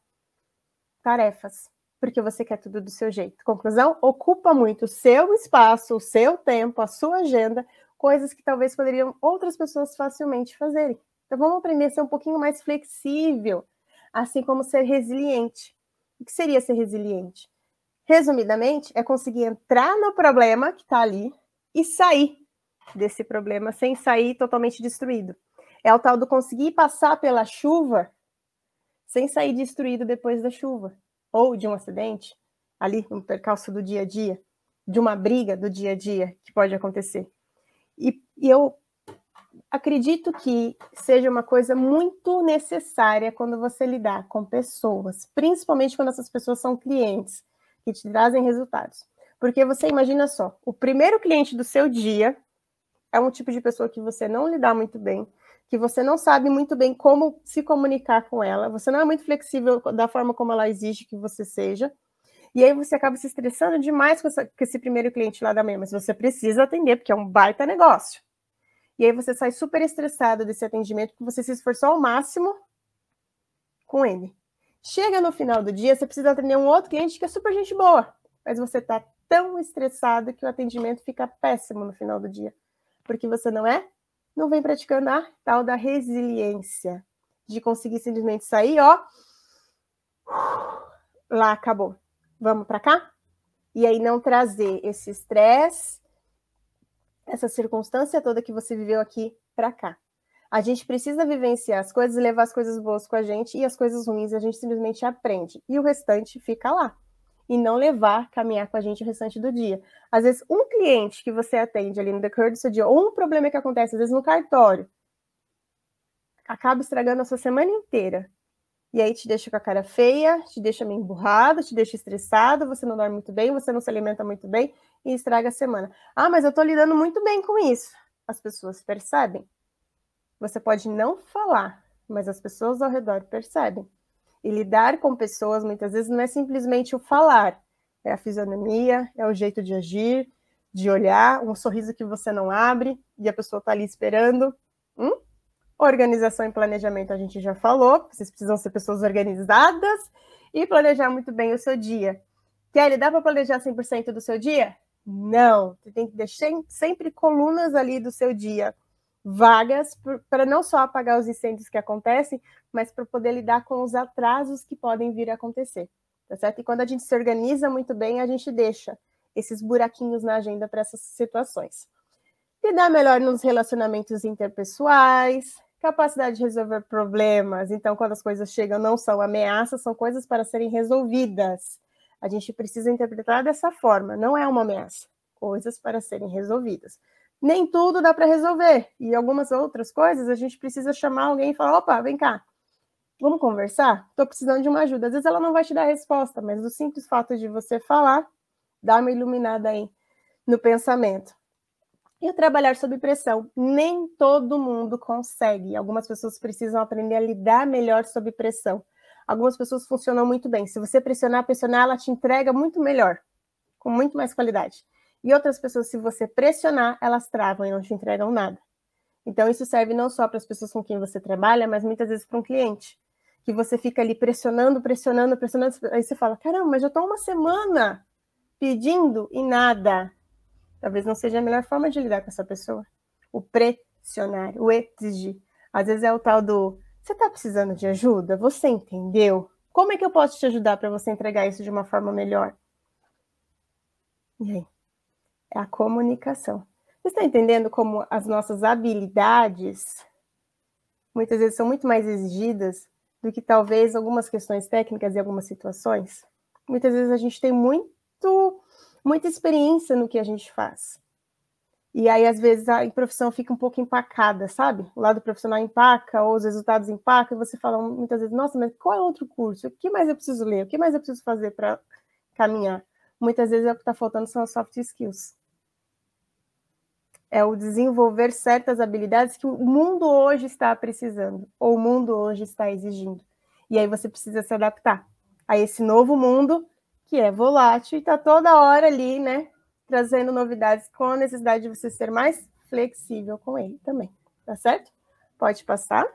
tarefas, porque você quer tudo do seu jeito. Conclusão, ocupa muito o seu espaço, o seu tempo, a sua agenda, coisas que talvez poderiam outras pessoas facilmente fazerem. Então vamos aprender a ser um pouquinho mais flexível, assim como ser resiliente. O que seria ser resiliente? Resumidamente, é conseguir entrar no problema que está ali e sair desse problema sem sair totalmente destruído. É o tal do conseguir passar pela chuva sem sair destruído depois da chuva. Ou de um acidente, ali, um percalço do dia a dia, de uma briga do dia a dia que pode acontecer. E, e eu acredito que seja uma coisa muito necessária quando você lidar com pessoas, principalmente quando essas pessoas são clientes, que te trazem resultados. Porque você imagina só, o primeiro cliente do seu dia é um tipo de pessoa que você não lidar muito bem, que você não sabe muito bem como se comunicar com ela, você não é muito flexível da forma como ela exige que você seja, e aí você acaba se estressando demais com, essa, com esse primeiro cliente lá da manhã, mas você precisa atender, porque é um baita negócio. E aí você sai super estressado desse atendimento, porque você se esforçou ao máximo com ele. Chega no final do dia, você precisa atender um outro cliente que é super gente boa, mas você está tão estressado que o atendimento fica péssimo no final do dia, porque você não é não vem praticando a tal da resiliência, de conseguir simplesmente sair, ó, lá acabou, vamos para cá? E aí não trazer esse estresse, essa circunstância toda que você viveu aqui para cá. A gente precisa vivenciar as coisas e levar as coisas boas com a gente, e as coisas ruins a gente simplesmente aprende, e o restante fica lá. E não levar, caminhar com a gente o restante do dia. Às vezes, um cliente que você atende ali no decorrer do seu dia, ou um problema que acontece, às vezes, no cartório, acaba estragando a sua semana inteira. E aí te deixa com a cara feia, te deixa meio emburrado, te deixa estressado, você não dorme muito bem, você não se alimenta muito bem e estraga a semana. Ah, mas eu tô lidando muito bem com isso. As pessoas percebem. Você pode não falar, mas as pessoas ao redor percebem. E lidar com pessoas, muitas vezes, não é simplesmente o falar. É a fisionomia, é o jeito de agir, de olhar, um sorriso que você não abre, e a pessoa está ali esperando. Hum? Organização e planejamento a gente já falou, vocês precisam ser pessoas organizadas e planejar muito bem o seu dia. Kelly, dá para planejar cem por cento do seu dia? Não, você tem que deixar sempre colunas ali do seu dia vagas para não só apagar os incêndios que acontecem, mas para poder lidar com os atrasos que podem vir a acontecer, tá certo? E quando a gente se organiza muito bem, a gente deixa esses buraquinhos na agenda para essas situações. Lidar melhor nos relacionamentos interpessoais, capacidade de resolver problemas. Então, quando as coisas chegam, não são ameaças, são coisas para serem resolvidas. A gente precisa interpretar dessa forma, não é uma ameaça, coisas para serem resolvidas. Nem tudo dá para resolver, e algumas outras coisas a gente precisa chamar alguém e falar, opa, vem cá, vamos conversar? Estou precisando de uma ajuda. Às vezes ela não vai te dar a resposta, mas o simples fato de você falar, dá uma iluminada aí no pensamento. E o trabalhar sob pressão. Nem todo mundo consegue. Algumas pessoas precisam aprender a lidar melhor sob pressão. Algumas pessoas funcionam muito bem. Se você pressionar, pressionar, ela te entrega muito melhor, com muito mais qualidade. E outras pessoas, se você pressionar, elas travam e não te entregam nada. Então, isso serve não só para as pessoas com quem você trabalha, mas muitas vezes para um cliente. Que você fica ali pressionando, pressionando, pressionando. Aí você fala, caramba, mas já estou uma semana pedindo e nada. Talvez não seja a melhor forma de lidar com essa pessoa. O pressionar, o exigir. Às vezes é o tal do, você está precisando de ajuda? Você entendeu? Como é que eu posso te ajudar para você entregar isso de uma forma melhor? E aí? É a comunicação. Você está entendendo como as nossas habilidades muitas vezes são muito mais exigidas do que talvez algumas questões técnicas e algumas situações? Muitas vezes a gente tem muito, muita experiência no que a gente faz. E aí, às vezes, a profissão fica um pouco empacada, sabe? O lado profissional empaca, ou os resultados empacam, e você fala muitas vezes, nossa, mas qual é outro curso? O que mais eu preciso ler? O que mais eu preciso fazer para caminhar? Muitas vezes é o que está faltando são as soft skills. É o desenvolver certas habilidades que o mundo hoje está precisando, ou o mundo hoje está exigindo. E aí você precisa se adaptar a esse novo mundo que é volátil e está toda hora ali, né, trazendo novidades com a necessidade de você ser mais flexível com ele também, tá certo? Pode passar.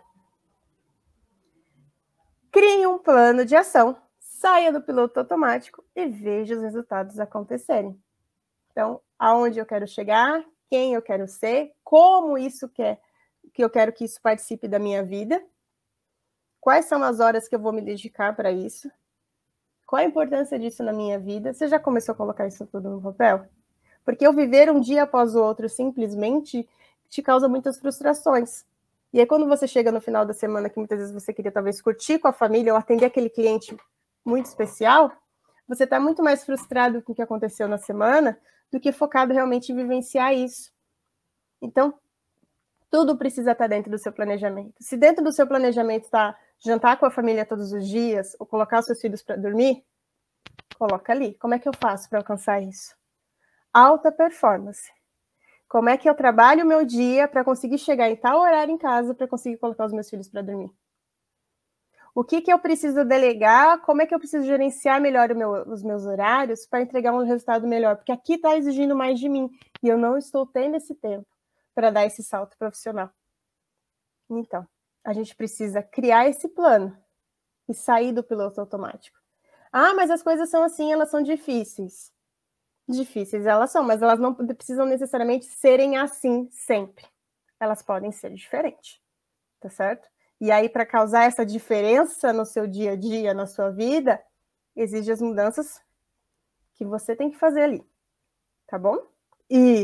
Crie um plano de ação, saia do piloto automático e veja os resultados acontecerem. Então, aonde eu quero chegar, quem eu quero ser, como isso quer, que eu quero que isso participe da minha vida, quais são as horas que eu vou me dedicar para isso, qual a importância disso na minha vida. Você já começou a colocar isso tudo no papel? Porque eu viver um dia após o outro simplesmente te causa muitas frustrações. E aí quando você chega no final da semana, que muitas vezes você queria talvez curtir com a família ou atender aquele cliente muito especial, você está muito mais frustrado com o que aconteceu na semana do que focado realmente em vivenciar isso. Então, tudo precisa estar dentro do seu planejamento. Se dentro do seu planejamento está jantar com a família todos os dias, ou colocar os seus filhos para dormir, coloca ali. Como é que eu faço para alcançar isso? Alta performance. Como é que eu trabalho o meu dia para conseguir chegar em tal horário em casa para conseguir colocar os meus filhos para dormir? O que, que eu preciso delegar? Como é que eu preciso gerenciar melhor o meu, os meus horários para entregar um resultado melhor? Porque aqui está exigindo mais de mim e eu não estou tendo esse tempo para dar esse salto profissional. Então, a gente precisa criar esse plano e sair do piloto automático. Ah, mas as coisas são assim, elas são difíceis. Difíceis elas são, mas elas não precisam necessariamente serem assim sempre. Elas podem ser diferentes, tá certo? E aí, para causar essa diferença no seu dia a dia, na sua vida, exige as mudanças que você tem que fazer ali, tá bom? E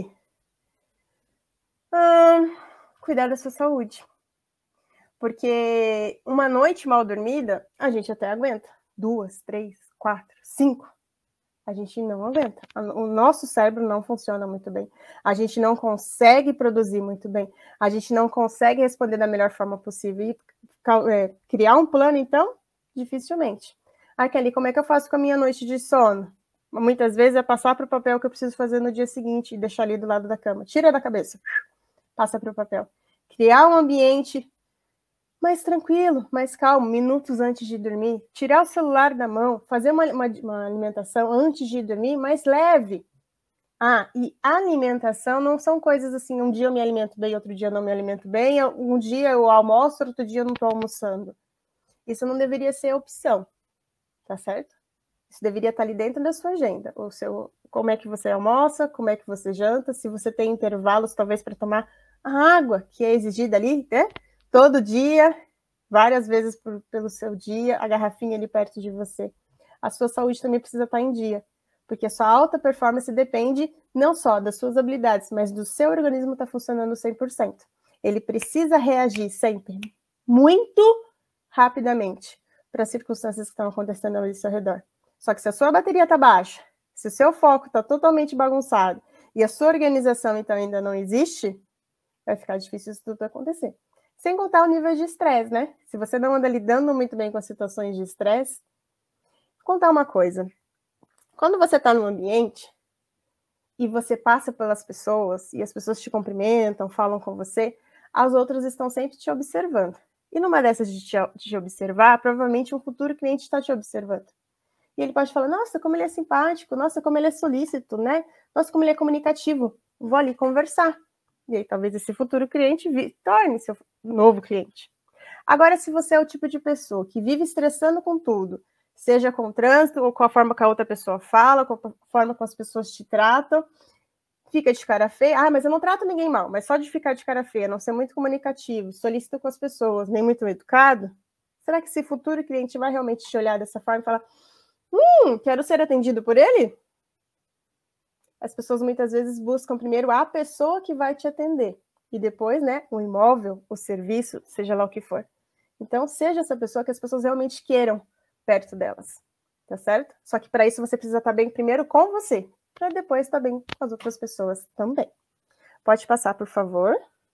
hum, cuidar da sua saúde. Porque uma noite mal dormida, a gente até aguenta. Duas, três, quatro, cinco. A gente não aguenta. O nosso cérebro não funciona muito bem. A gente não consegue produzir muito bem. A gente não consegue responder da melhor forma possível. E é, criar um plano, então, dificilmente. Ah, Kelly, como é que eu faço com a minha noite de sono? Muitas vezes é passar para o papel o que eu preciso fazer no dia seguinte e deixar ali do lado da cama. Tira da cabeça. Passa para o papel. Criar um ambiente mais tranquilo, mais calmo, minutos antes de dormir, tirar o celular da mão, fazer uma, uma, uma alimentação antes de dormir mais leve, Ah, e alimentação não são coisas assim, um dia eu me alimento bem, outro dia eu não me alimento bem, um dia eu almoço, outro dia eu não estou almoçando. Isso não deveria ser opção, tá certo? Isso deveria estar ali dentro da sua agenda. O seu, como é que você almoça, como é que você janta, se você tem intervalos, talvez, para tomar a água que é exigida ali, né? Todo dia, várias vezes por, pelo seu dia, a garrafinha ali perto de você. A sua saúde também precisa estar em dia, porque a sua alta performance depende não só das suas habilidades, mas do seu organismo estar funcionando cem por cento. Ele precisa reagir sempre, muito rapidamente, para as circunstâncias que estão acontecendo ali ao seu redor. Só que se a sua bateria está baixa, se o seu foco está totalmente bagunçado e a sua organização, então, ainda não existe, vai ficar difícil isso tudo acontecer. Sem contar o nível de estresse, né? Se você não anda lidando muito bem com as situações de estresse, vou contar uma coisa. Quando você está num ambiente e você passa pelas pessoas e as pessoas te cumprimentam, falam com você, as outras estão sempre te observando. E numa dessas de te, de te observar, provavelmente um futuro cliente está te observando. E ele pode falar, nossa, como ele é simpático, nossa, como ele é solícito, né? Nossa, como ele é comunicativo. Vou ali conversar. E aí talvez esse futuro cliente torne seu novo cliente. Agora, se você é o tipo de pessoa que vive estressando com tudo, seja com o trânsito, ou com a forma que a outra pessoa fala, com a forma como as pessoas te tratam, fica de cara feia, ah, mas eu não trato ninguém mal, mas só de ficar de cara feia, não ser muito comunicativo, solícito com as pessoas, nem muito educado, será que esse futuro cliente vai realmente te olhar dessa forma e falar, hum, quero ser atendido por ele? As pessoas muitas vezes buscam primeiro a pessoa que vai te atender, e depois, né, o imóvel, o serviço, seja lá o que for. Então, seja essa pessoa que as pessoas realmente queiram perto delas, tá certo? Só que para isso você precisa estar bem primeiro com você, para depois estar bem com as outras pessoas também. Pode passar, por favor.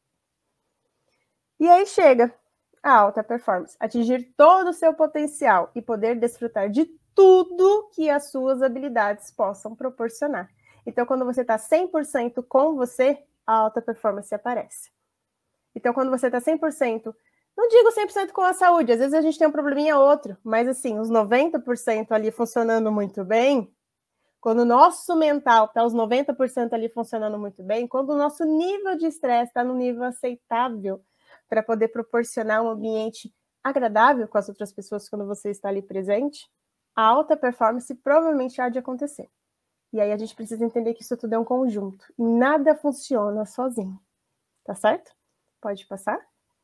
E aí chega a alta performance, atingir todo o seu potencial e poder desfrutar de tudo que as suas habilidades possam proporcionar. Então, quando você está cem por cento com você, a alta performance aparece. Então, quando você está cem por cento, não digo cem por cento com a saúde, às vezes a gente tem um probleminha outro, mas assim, os noventa por cento ali funcionando muito bem, quando o nosso mental está os noventa por cento ali funcionando muito bem, quando o nosso nível de estresse está no nível aceitável para poder proporcionar um ambiente agradável com as outras pessoas quando você está ali presente, a alta performance provavelmente há de acontecer. E aí a gente precisa entender que isso tudo é um conjunto. Nada funciona sozinho. Tá certo? Pode passar.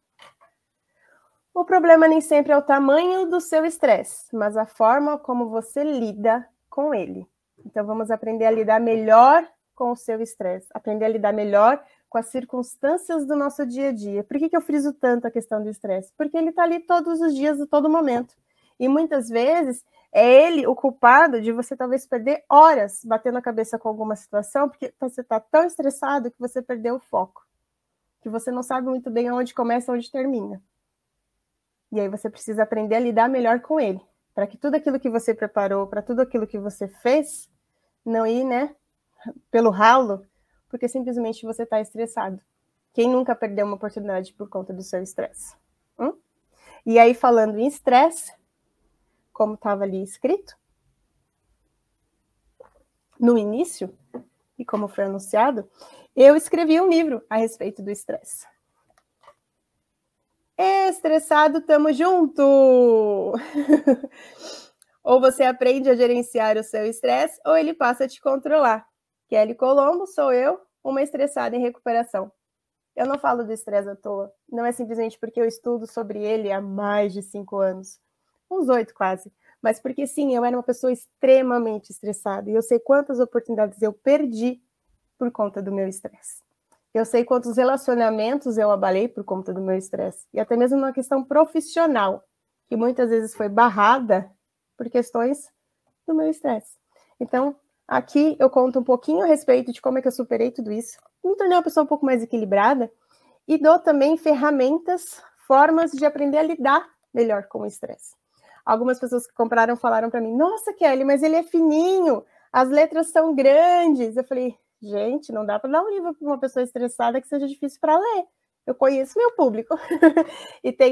O problema nem sempre é o tamanho do seu estresse, mas a forma como você lida com ele. Então vamos aprender a lidar melhor com o seu estresse, aprender a lidar melhor com as circunstâncias do nosso dia a dia. Por que que eu friso tanto a questão do estresse? Porque ele está ali todos os dias, a todo momento. E muitas vezes é ele o culpado de você talvez perder horas batendo a cabeça com alguma situação, porque você está tão estressado que você perdeu o foco, que você não sabe muito bem onde começa e onde termina. E aí você precisa aprender a lidar melhor com ele, para que tudo aquilo que você preparou, para tudo aquilo que você fez, não ir, né, pelo ralo, porque simplesmente você está estressado. Quem nunca perdeu uma oportunidade por conta do seu estresse? Hum? E aí, falando em estresse, como estava ali escrito, no início, e como foi anunciado, eu escrevi um livro a respeito do estresse. Estressado, tamo junto! Ou você aprende a gerenciar o seu estresse, ou ele passa a te controlar. Kelly Colombo, sou eu, uma estressada em recuperação. Eu não falo do estresse à toa, não é simplesmente porque eu estudo sobre ele há mais de cinco anos, uns oito quase, mas porque sim, eu era uma pessoa extremamente estressada, e eu sei quantas oportunidades eu perdi por conta do meu estresse. Eu sei quantos relacionamentos eu abalei por conta do meu estresse, e até mesmo uma questão profissional, que muitas vezes foi barrada por questões do meu estresse. Então, aqui eu conto um pouquinho a respeito de como é que eu superei tudo isso, me tornei uma pessoa um pouco mais equilibrada, e dou também ferramentas, formas de aprender a lidar melhor com o estresse. Algumas pessoas que compraram falaram para mim, nossa, Kelly, mas ele é fininho, as letras são grandes. Eu falei, gente, não dá para dar um livro para uma pessoa estressada que seja difícil para ler. Eu conheço meu público. E tem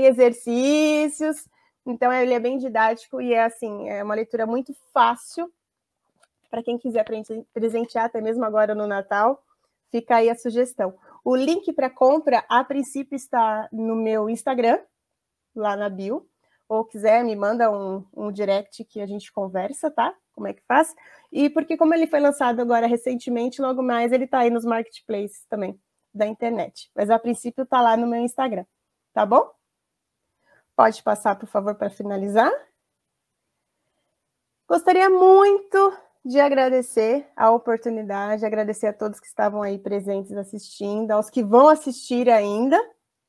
exercícios, então ele é bem didático e é assim, é uma leitura muito fácil para quem quiser presentear, até mesmo agora no Natal, fica aí a sugestão. O link para compra, a princípio, está no meu Instagram, lá na bio, ou quiser, me manda um, um direct que a gente conversa, tá? Como é que faz? E porque como ele foi lançado agora recentemente, logo mais ele está aí nos marketplaces também, da internet. Mas a princípio está lá no meu Instagram, tá bom? Pode passar, por favor, para finalizar. Gostaria muito de agradecer a oportunidade, agradecer a todos que estavam aí presentes assistindo, aos que vão assistir ainda,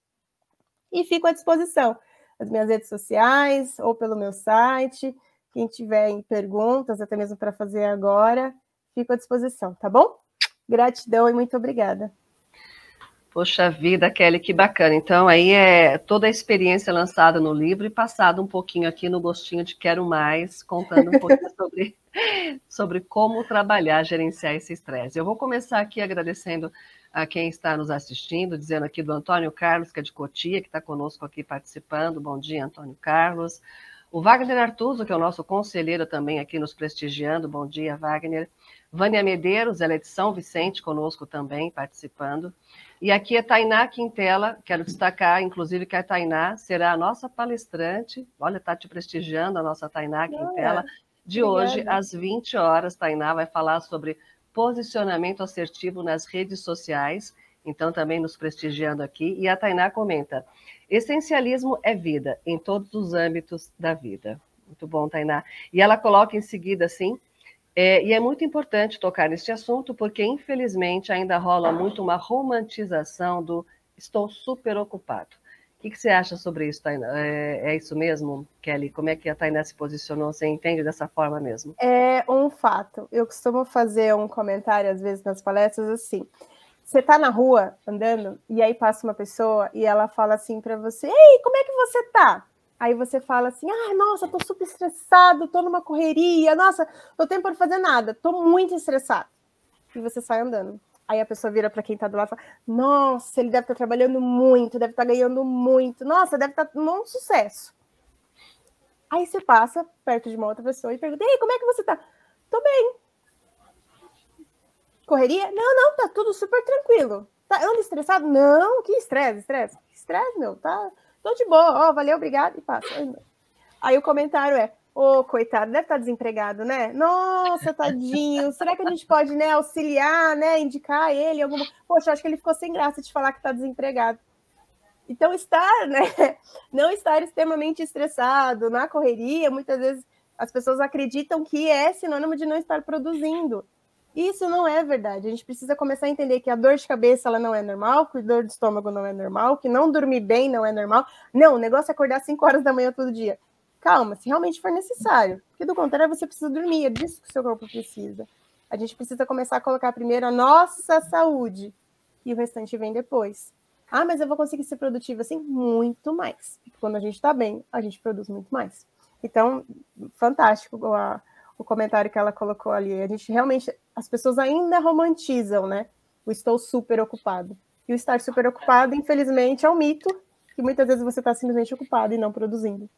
e fico à disposição nas minhas redes sociais ou pelo meu site. Quem tiver perguntas, até mesmo para fazer agora, fico à disposição, tá bom? Gratidão e muito obrigada. Poxa vida, Kelly, que bacana. Então, aí é toda a experiência lançada no livro e passado um pouquinho aqui no gostinho de Quero Mais, contando um pouquinho sobre, sobre como trabalhar, gerenciar esse estresse. Eu vou começar aqui agradecendo a quem está nos assistindo, dizendo aqui do Antônio Carlos, que é de Cotia, que está conosco aqui participando. Bom dia, Antônio Carlos. O Wagner Artuso, que é o nosso conselheiro também aqui nos prestigiando. Bom dia, Wagner. Vânia Medeiros, ela é de São Vicente, conosco também, participando. E aqui é Tainá Quintela, quero destacar, inclusive, que a Tainá será a nossa palestrante, olha, está te prestigiando, a nossa Tainá Quintela, de Obrigada. hoje, às vinte horas. Tainá vai falar sobre posicionamento assertivo nas redes sociais, então também nos prestigiando aqui. E a Tainá comenta, essencialismo é vida, em todos os âmbitos da vida. Muito bom, Tainá. E ela coloca em seguida, assim, É, e é muito importante tocar neste assunto, porque, infelizmente, ainda rola muito uma romantização do estou super ocupado. O que, que você acha sobre isso, Tainá? É, é isso mesmo, Kelly? Como é que a Tainá se posicionou? Você entende dessa forma mesmo? É um fato. Eu costumo fazer um comentário, às vezes, nas palestras, assim. Você está na rua, andando, e aí passa uma pessoa e ela fala assim para você, ei, como é que você tá? Aí você fala assim, ah, nossa, tô super estressado, tô numa correria, nossa, tô tempo para fazer nada, tô muito estressado. E você sai andando. Aí a pessoa vira para quem tá do lado e fala, nossa, ele deve estar trabalhando muito, deve estar ganhando muito, nossa, deve estar um sucesso. Aí você passa perto de uma outra pessoa e pergunta, ei, como é que você tá? Tô bem. Correria? Não, não, tá tudo super tranquilo. Tá, anda estressado? Não, que estresse, estresse. Estresse, meu, tá... Tô de boa, ó, valeu, obrigado, e passa. Aí o comentário é, ô, oh, coitado, deve estar desempregado, né? Nossa, tadinho, será que a gente pode, né, auxiliar, né, indicar ele alguma... Poxa, acho que ele ficou sem graça de falar que tá desempregado. Então, estar, né, não estar extremamente estressado na correria, muitas vezes as pessoas acreditam que é sinônimo de não estar produzindo. Isso não é verdade. A gente precisa começar a entender que a dor de cabeça ela não é normal, que a dor de estômago não é normal, que não dormir bem não é normal. Não, o negócio é acordar às cinco horas da manhã todo dia. Calma, se realmente for necessário. Porque do contrário, você precisa dormir. É disso que o seu corpo precisa. A gente precisa começar a colocar primeiro a nossa saúde e o restante vem depois. Ah, mas eu vou conseguir ser produtiva assim? Muito mais. Quando a gente está bem, a gente produz muito mais. Então, fantástico a... o comentário que ela colocou ali. A gente realmente, as pessoas ainda romantizam, né? O estou super ocupado. E o estar super ocupado, infelizmente, é um mito, que muitas vezes você está simplesmente ocupado e não produzindo.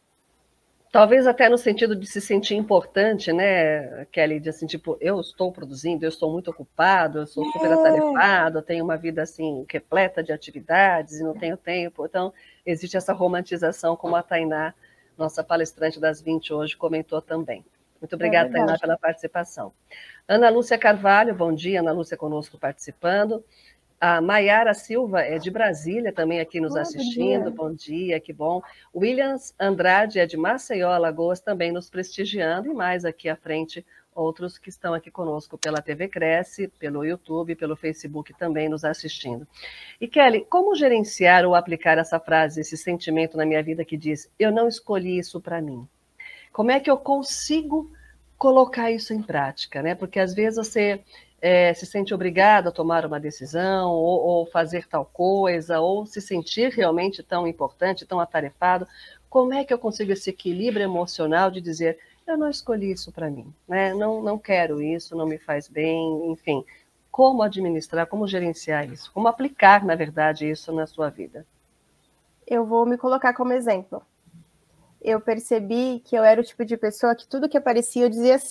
Talvez até no sentido de se sentir importante, né, Kelly? De assim, tipo, eu estou produzindo, eu estou muito ocupado, eu sou super atarefado, eu tenho uma vida, assim, repleta de atividades e não tenho tempo. Então, existe essa romantização, como a Tainá, nossa palestrante das vinte hoje, comentou também. Muito obrigada, é Tainá, pela participação. Ana Lúcia Carvalho, bom dia, Ana Lúcia conosco participando. A Maiara Silva é de Brasília, também aqui nos oh, assistindo, bom dia. bom dia, que bom. Williams Andrade é de Maceió, Alagoas, também nos prestigiando, e mais aqui à frente, outros que estão aqui conosco pela T V Cresce, pelo YouTube, pelo Facebook também nos assistindo. E Kelly, como gerenciar ou aplicar essa frase, esse sentimento na minha vida que diz, eu não escolhi isso para mim? Como é que eu consigo colocar isso em prática, né? Porque às vezes você é, se sente obrigado a tomar uma decisão, ou, ou fazer tal coisa, ou se sentir realmente tão importante, tão atarefado. Como é que eu consigo esse equilíbrio emocional de dizer, eu não escolhi isso para mim, né? Não, não quero isso, não me faz bem, enfim. Como administrar, como gerenciar isso? Como aplicar, na verdade, isso na sua vida? Eu vou me colocar como exemplo. Eu percebi que eu era o tipo de pessoa que tudo que aparecia eu dizia sim.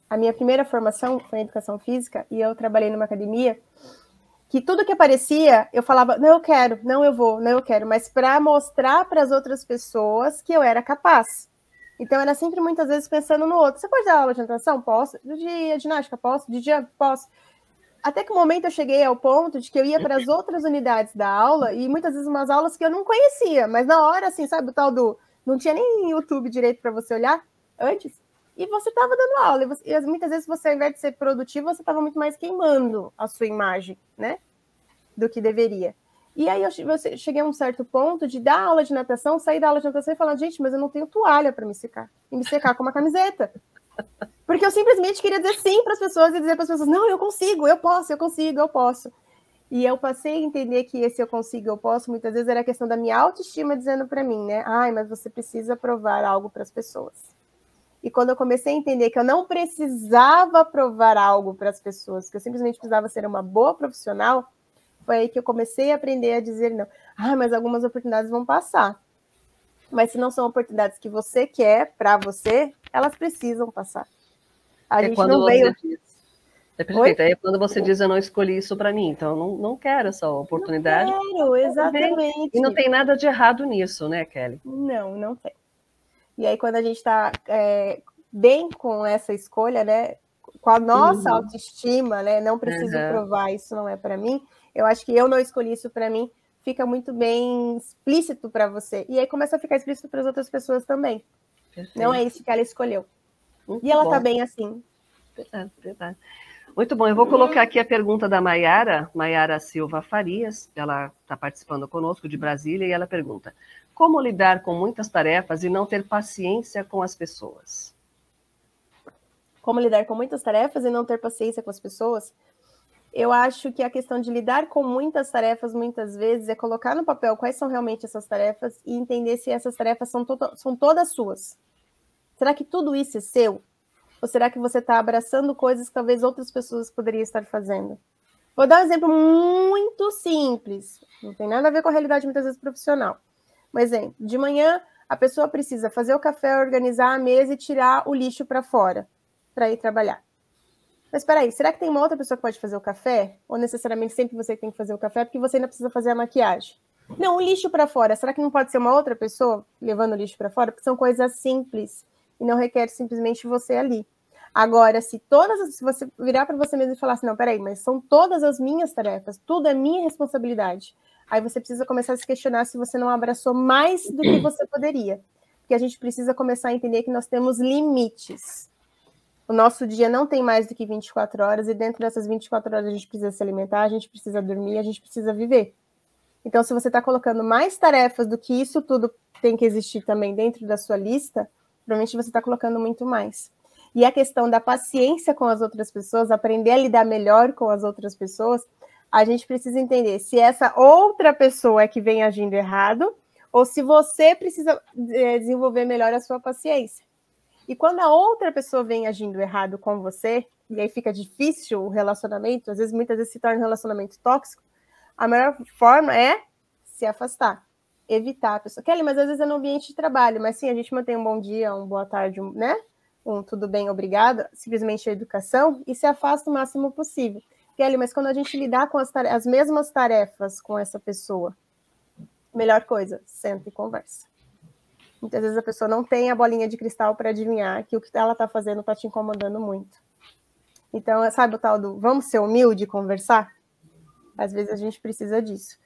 A minha primeira formação foi em educação física e eu trabalhei numa academia que tudo que aparecia, eu falava, não, eu quero, não, eu vou, não, eu quero, mas para mostrar para as outras pessoas que eu era capaz. Então, era sempre, muitas vezes, pensando no outro. Você pode dar aula de natação? Posso. De ginástica? Posso. De jump? Posso. Até que o momento eu cheguei ao ponto de que eu ia para as outras unidades da aula e muitas vezes umas aulas que eu não conhecia, mas na hora, assim, sabe, o tal do... Não tinha nem YouTube direito para você olhar antes. E você estava dando aula. E, você, e muitas vezes você, ao invés de ser produtivo, você estava muito mais queimando a sua imagem, né? Do que deveria. E aí eu cheguei a um certo ponto de dar aula de natação, sair da aula de natação e falar, gente, mas eu não tenho toalha para me secar. E me secar com uma camiseta. Porque eu simplesmente queria dizer sim para as pessoas e dizer para as pessoas, não, eu consigo, eu posso, eu consigo, eu posso. E eu passei a entender que esse eu consigo, eu posso, muitas vezes era a questão da minha autoestima dizendo para mim, né? Ai, mas você precisa provar algo para as pessoas. E quando eu comecei a entender que eu não precisava provar algo para as pessoas, que eu simplesmente precisava ser uma boa profissional, foi aí que eu comecei a aprender a dizer não. Ah, mas algumas oportunidades vão passar. Mas se não são oportunidades que você quer para você, elas precisam passar. A é gente quando não você veio... diz, é perfeito, aí é quando você diz eu não escolhi isso para mim, então eu não, não quero essa oportunidade. Não quero, exatamente. E não tem nada de errado nisso, né, Kelly? Não, não tem. E aí quando a gente está é, bem com essa escolha, né, com a nossa uhum. autoestima, né, não preciso uhum. provar, isso não é para mim, eu acho que eu não escolhi isso para mim, fica muito bem explícito para você. E aí começa a ficar explícito para as outras pessoas também. Perfeito. Não é isso que ela escolheu. Muito e ela está bem assim. Verdade, verdade. Muito bom, eu vou colocar aqui a pergunta da Maiara, Maiara Silva Farias, ela está participando conosco de Brasília, e ela pergunta, como lidar com muitas tarefas e não ter paciência com as pessoas? Como lidar com muitas tarefas e não ter paciência com as pessoas? Eu acho que a questão de lidar com muitas tarefas, muitas vezes, é colocar no papel quais são realmente essas tarefas e entender se essas tarefas são, to- são todas suas. Será que tudo isso é seu? Ou será que você está abraçando coisas que talvez outras pessoas poderiam estar fazendo? Vou dar um exemplo muito simples. Não tem nada a ver com a realidade, muitas vezes, profissional. Um exemplo. De manhã, a pessoa precisa fazer o café, organizar a mesa e tirar o lixo para fora, para ir trabalhar. Mas espera aí, será que tem uma outra pessoa que pode fazer o café? Ou necessariamente sempre você tem que fazer o café porque você ainda precisa fazer a maquiagem? Não, o lixo para fora. Será que não pode ser uma outra pessoa levando o lixo para fora? Porque são coisas simples e não requer simplesmente você ali. Agora, se todas, se você virar para você mesmo e falar assim, não, peraí, mas são todas as minhas tarefas, tudo é minha responsabilidade. Aí você precisa começar a se questionar se você não abraçou mais do que você poderia. Porque a gente precisa começar a entender que nós temos limites. O nosso dia não tem mais do que vinte e quatro horas, e dentro dessas vinte e quatro horas a gente precisa se alimentar, a gente precisa dormir, a gente precisa viver. Então, se você está colocando mais tarefas do que isso tudo tem que existir também dentro da sua lista, provavelmente você está colocando muito mais. E a questão da paciência com as outras pessoas, aprender a lidar melhor com as outras pessoas, a gente precisa entender se essa outra pessoa é que vem agindo errado, ou se você precisa é, desenvolver melhor a sua paciência. E quando a outra pessoa vem agindo errado com você, e aí fica difícil o relacionamento, às vezes, muitas vezes se torna um relacionamento tóxico, a melhor forma é se afastar, evitar a pessoa. Kelly, mas às vezes é no ambiente de trabalho, mas sim, a gente mantém um bom dia, uma boa tarde, um, né? Um tudo bem, obrigada, simplesmente a educação, e se afasta o máximo possível. Kelly, mas quando a gente lidar com as, as mesmas tarefas com essa pessoa, melhor coisa, senta e conversa. Muitas vezes a pessoa não tem a bolinha de cristal para adivinhar que o que ela está fazendo está te incomodando muito. Então, sabe o tal do vamos ser humilde e conversar? Às vezes a gente precisa disso.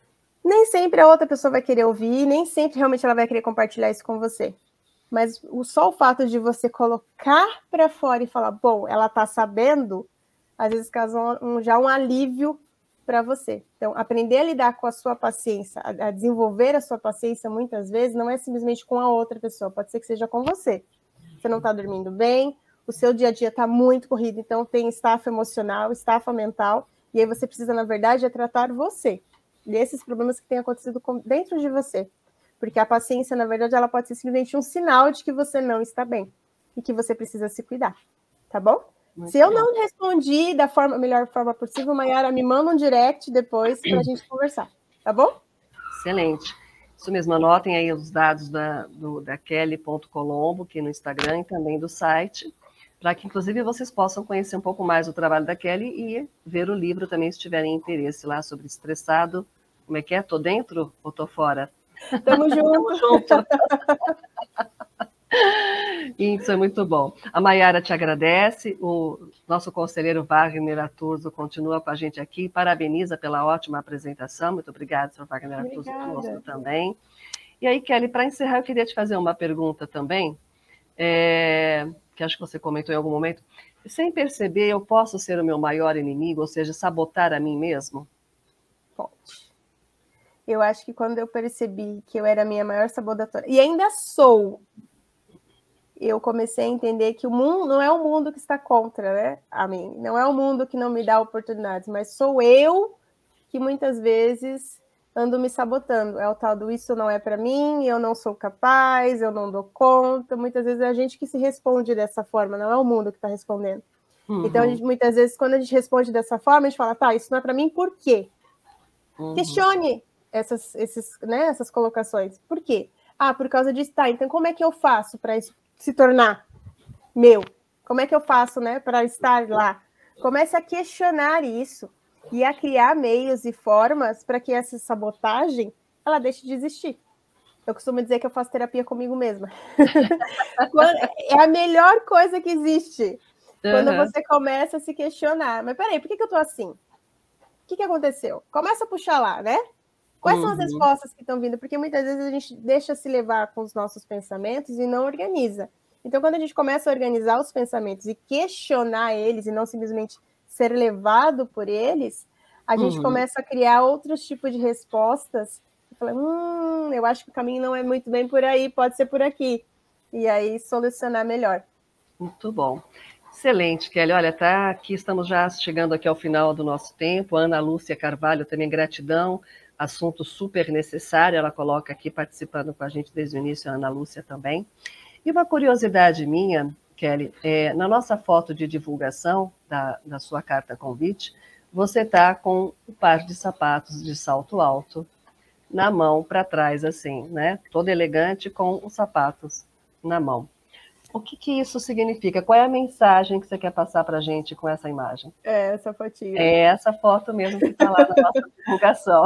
Nem sempre a outra pessoa vai querer ouvir, nem sempre realmente ela vai querer compartilhar isso com você. Mas o, só o fato de você colocar para fora e falar, bom, ela está sabendo, às vezes causa um, já um alívio para você. Então, aprender a lidar com a sua paciência, a, a desenvolver a sua paciência, muitas vezes, não é simplesmente com a outra pessoa, pode ser que seja com você. Você não está dormindo bem, o seu dia a dia está muito corrido, então tem estafa emocional, estafa mental, e aí você precisa, na verdade, é tratar você, desses problemas que têm acontecido dentro de você. Porque a paciência, na verdade, ela pode ser simplesmente um sinal de que você não está bem e que você precisa se cuidar, tá bom? Muito Se eu bom. não respondi da forma, melhor forma possível, Maiara, me manda um direct depois para a gente conversar, tá bom? Excelente. Isso mesmo, anotem aí os dados da, do, da Kelly ponto Colombo, aqui no Instagram e também do site. para que, inclusive, vocês possam conhecer um pouco mais o trabalho da Kelly e ver o livro também, se tiverem interesse lá sobre estressado. Como é que é? Tô dentro ou tô fora? Tamo junto. Tamo junto. Isso é muito bom. A Maiara te agradece, o nosso conselheiro Wagner Aturzo continua com a gente aqui, parabeniza pela ótima apresentação. Muito obrigada, senhor Wagner Aturzo, conosco também. E aí, Kelly, para encerrar, eu queria te fazer uma pergunta também, é, que acho que você comentou em algum momento. Sem perceber, eu posso ser o meu maior inimigo, ou seja, sabotar a mim mesmo? Pode. Eu acho que quando eu percebi que eu era a minha maior sabotadora, e ainda sou, eu comecei a entender que o mundo não é o mundo que está contra, né, a mim, não é o mundo que não me dá oportunidades, mas sou eu que muitas vezes ando me sabotando. É o tal do isso não é para mim, eu não sou capaz, eu não dou conta. Muitas vezes é a gente que se responde dessa forma, não é o mundo que está respondendo. Uhum. Então, a gente, muitas vezes, quando a gente responde dessa forma, a gente fala, tá, isso não é para mim, por quê? Uhum. Questione essas, esses, né, essas colocações. Por quê? Ah, por causa disso, tá, então como é que eu faço para isso se tornar meu? Como é que eu faço, né, para estar lá? Comece a questionar isso e a criar meios e formas para que essa sabotagem, ela deixe de existir. Eu costumo dizer que eu faço terapia comigo mesma. É a melhor coisa que existe. Uhum. Quando você começa a se questionar. Mas peraí, por que, que eu tô assim? O que, que aconteceu? Começa a puxar lá, né? Quais uhum. são as respostas que estão vindo? Porque muitas vezes a gente deixa se levar com os nossos pensamentos e não organiza. Então, quando a gente começa a organizar os pensamentos e questionar eles e não simplesmente ser levado por eles, a uhum. gente começa a criar outros tipos de respostas e fala, hum, eu acho que o caminho não é muito bem por aí, pode ser por aqui. E aí solucionar melhor. Muito bom. Excelente, Kelly. Olha, tá aqui, estamos já chegando aqui ao final do nosso tempo. Ana Lúcia Carvalho, também gratidão. Assunto super necessário, ela coloca aqui participando com a gente desde o início, a Ana Lúcia também. E uma curiosidade minha, Kelly, é, na nossa foto de divulgação da, da sua carta convite, você está com um par de sapatos de salto alto na mão para trás, assim, né? Todo elegante com os sapatos na mão. O que, que isso significa? Qual é a mensagem que você quer passar para a gente com essa imagem? É essa fotinha. É essa foto mesmo que está lá na nossa divulgação.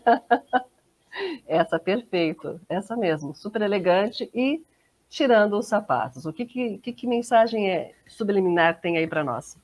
Essa, perfeito. Essa mesmo, super elegante e tirando os sapatos. O que, que, que, que mensagem é subliminar tem aí para nós?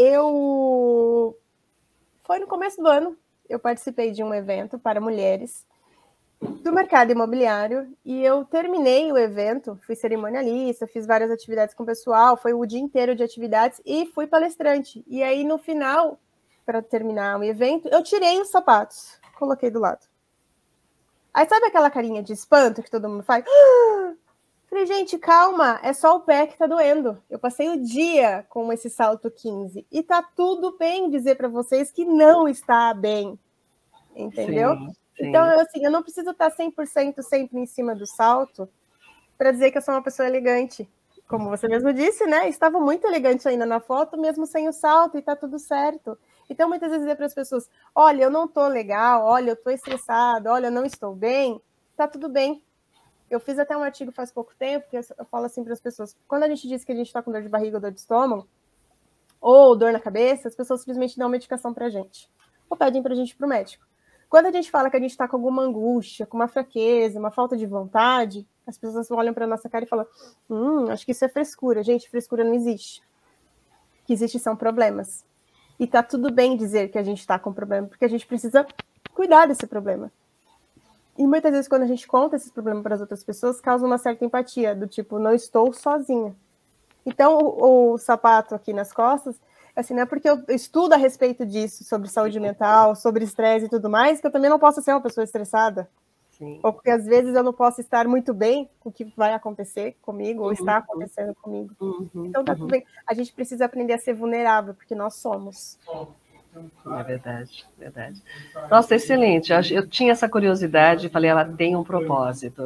Eu... Foi no começo do ano, eu participei de um evento para mulheres do mercado imobiliário e eu terminei o evento, fui cerimonialista, fiz várias atividades com o pessoal, foi o dia inteiro de atividades e fui palestrante. E aí, no final, para terminar o evento, eu tirei os sapatos, coloquei do lado. Aí, sabe aquela carinha de espanto que todo mundo faz? Falei, gente, calma, é só o pé que tá doendo. Eu passei o dia com esse salto quinze e tá tudo bem dizer para vocês que não está bem, entendeu? Sim, sim. Então, assim, eu não preciso estar cem por cento sempre em cima do salto para dizer que eu sou uma pessoa elegante. Como você mesmo disse, né? Estava muito elegante ainda na foto, mesmo sem o salto, e tá tudo certo. Então, muitas vezes dizer para as pessoas, olha, eu não tô legal, olha, eu tô estressado, olha, eu não estou bem, tá tudo bem. Eu fiz até um artigo faz pouco tempo, que eu falo assim para as pessoas, quando a gente diz que a gente está com dor de barriga ou dor de estômago, ou dor na cabeça, as pessoas simplesmente dão medicação para a gente, ou pedem para a gente ir para o médico. Quando a gente fala que a gente está com alguma angústia, com uma fraqueza, uma falta de vontade, as pessoas olham para a nossa cara e falam, hum, acho que isso é frescura. Gente, frescura não existe. O que existe são problemas. E tá tudo bem dizer que a gente está com problema, porque a gente precisa cuidar desse problema. E muitas vezes, quando a gente conta esses problemas para as outras pessoas, causa uma certa empatia, do tipo, não estou sozinha. Então, o, o sapato aqui nas costas, assim, não é porque eu estudo a respeito disso, sobre saúde mental, sobre estresse e tudo mais, que eu também não posso ser uma pessoa estressada. Sim. Ou porque, às vezes, eu não posso estar muito bem com o que vai acontecer comigo, ou uhum. está acontecendo comigo. Uhum. Então, tá uhum. tudo bem. A gente precisa aprender a ser vulnerável, porque nós somos. É verdade, verdade. Nossa, excelente. Eu tinha essa curiosidade e falei, ela tem um propósito.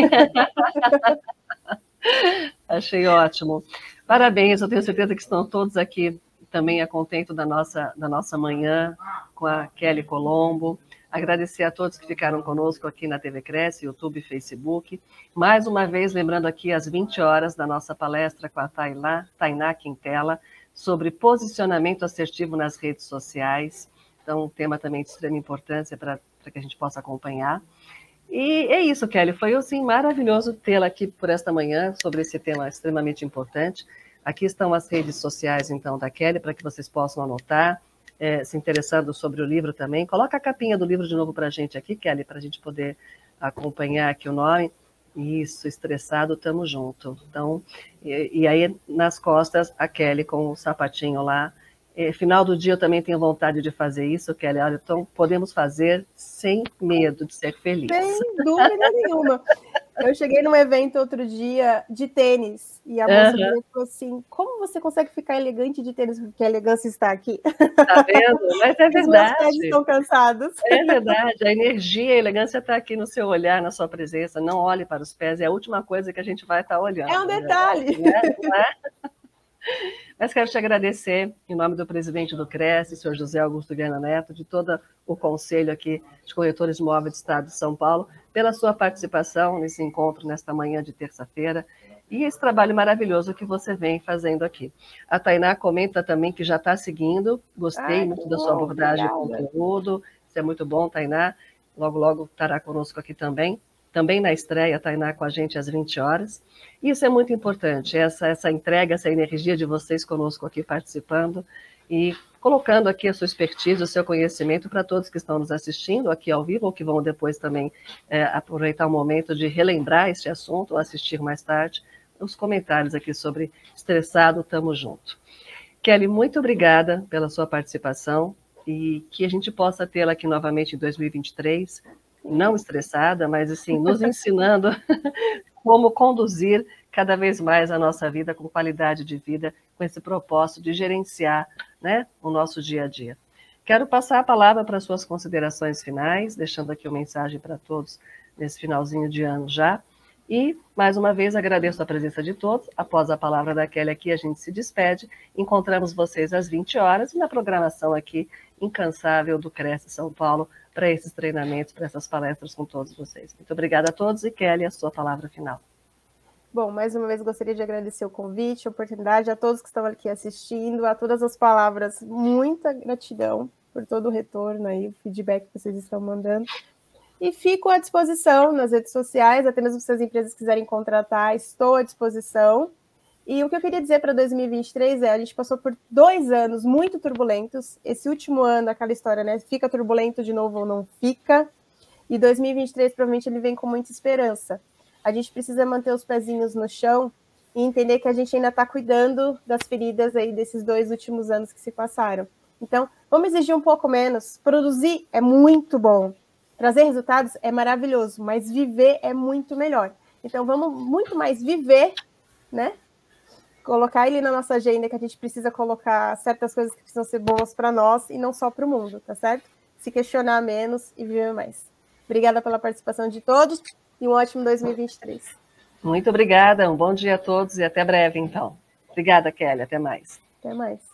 Achei ótimo. Parabéns, eu tenho certeza que estão todos aqui também a contento da nossa, da nossa manhã com a Kelly Colombo. Agradecer a todos que ficaram conosco aqui na T V Cresce, YouTube e Facebook. Mais uma vez, lembrando aqui às vinte horas da nossa palestra com a Tainá, Tainá Quintela, sobre posicionamento assertivo nas redes sociais. Então, um tema também de extrema importância para que a gente possa acompanhar. E é isso, Kelly. Foi, assim, maravilhoso tê-la aqui por esta manhã sobre esse tema extremamente importante. Aqui estão as redes sociais, então, da Kelly, para que vocês possam anotar. É, se interessando sobre o livro também, coloca a capinha do livro de novo para a gente aqui, Kelly, para a gente poder acompanhar aqui o nome. Isso, estressado, tamo junto. Então, e, e aí nas costas a Kelly com o sapatinho lá. E, final do dia eu também tenho vontade de fazer isso, Kelly. Olha, então podemos fazer sem medo de ser feliz. Sem dúvida nenhuma. Eu cheguei num evento outro dia de tênis e a moça uhum. falou assim, como você consegue ficar elegante de tênis? Porque a elegância está aqui. Tá vendo? Mas é verdade. Os meus pés estão cansados. É verdade. A energia, a elegância está aqui no seu olhar, na sua presença. Não olhe para os pés. É a última coisa que a gente vai estar olhando. É um detalhe. Né? Não é? Mas quero te agradecer, em nome do presidente do Cresce, senhor José Augusto Viana Neto, de todo o conselho aqui de corretores de imóveis do Estado de São Paulo, pela sua participação nesse encontro, nesta manhã de terça-feira, e esse trabalho maravilhoso que você vem fazendo aqui. A Tainá comenta também que já está seguindo, gostei Ai, muito da sua abordagem e conteúdo, isso é muito bom, Tainá, logo, logo estará conosco aqui também. Também na estreia, a Tainá com a gente às vinte horas. Isso é muito importante, essa, essa entrega, essa energia de vocês conosco aqui participando e colocando aqui a sua expertise, o seu conhecimento para todos que estão nos assistindo aqui ao vivo ou que vão depois também é, aproveitar o momento de relembrar este assunto ou assistir mais tarde os comentários aqui sobre Estressado, Tamo Junto. Kelly, muito obrigada pela sua participação e que a gente possa tê-la aqui novamente em dois mil e vinte e três, não estressada, mas assim, nos ensinando como conduzir cada vez mais a nossa vida com qualidade de vida, com esse propósito de gerenciar, né, o nosso dia a dia. Quero passar a palavra para suas considerações finais, deixando aqui uma mensagem para todos nesse finalzinho de ano já. E, mais uma vez, agradeço a presença de todos. Após a palavra da Kelly aqui, a gente se despede. Encontramos vocês às vinte horas e na programação aqui incansável do Cresce São Paulo para esses treinamentos, para essas palestras com todos vocês. Muito obrigada a todos e Kelly, a sua palavra final. Bom, mais uma vez gostaria de agradecer o convite, a oportunidade, a todos que estão aqui assistindo, a todas as palavras, muita gratidão por todo o retorno aí, o feedback que vocês estão mandando. E fico à disposição nas redes sociais, até mesmo se as empresas quiserem contratar, estou à disposição. E o que eu queria dizer para dois mil e vinte e três é, a gente passou por dois anos muito turbulentos, esse último ano, aquela história, né, fica turbulento de novo ou não fica, e dois mil e vinte e três provavelmente ele vem com muita esperança. A gente precisa manter os pezinhos no chão e entender que a gente ainda está cuidando das feridas aí desses dois últimos anos que se passaram. Então, vamos exigir um pouco menos, produzir é muito bom, trazer resultados é maravilhoso, mas viver é muito melhor. Então, vamos muito mais viver, né? Colocar ele na nossa agenda, que a gente precisa colocar certas coisas que precisam ser boas para nós e não só para o mundo, tá certo? Se questionar menos e viver mais. Obrigada pela participação de todos e um ótimo dois mil e vinte e três. Muito obrigada, um bom dia a todos e até breve, então. Obrigada, Kelly, até mais. Até mais.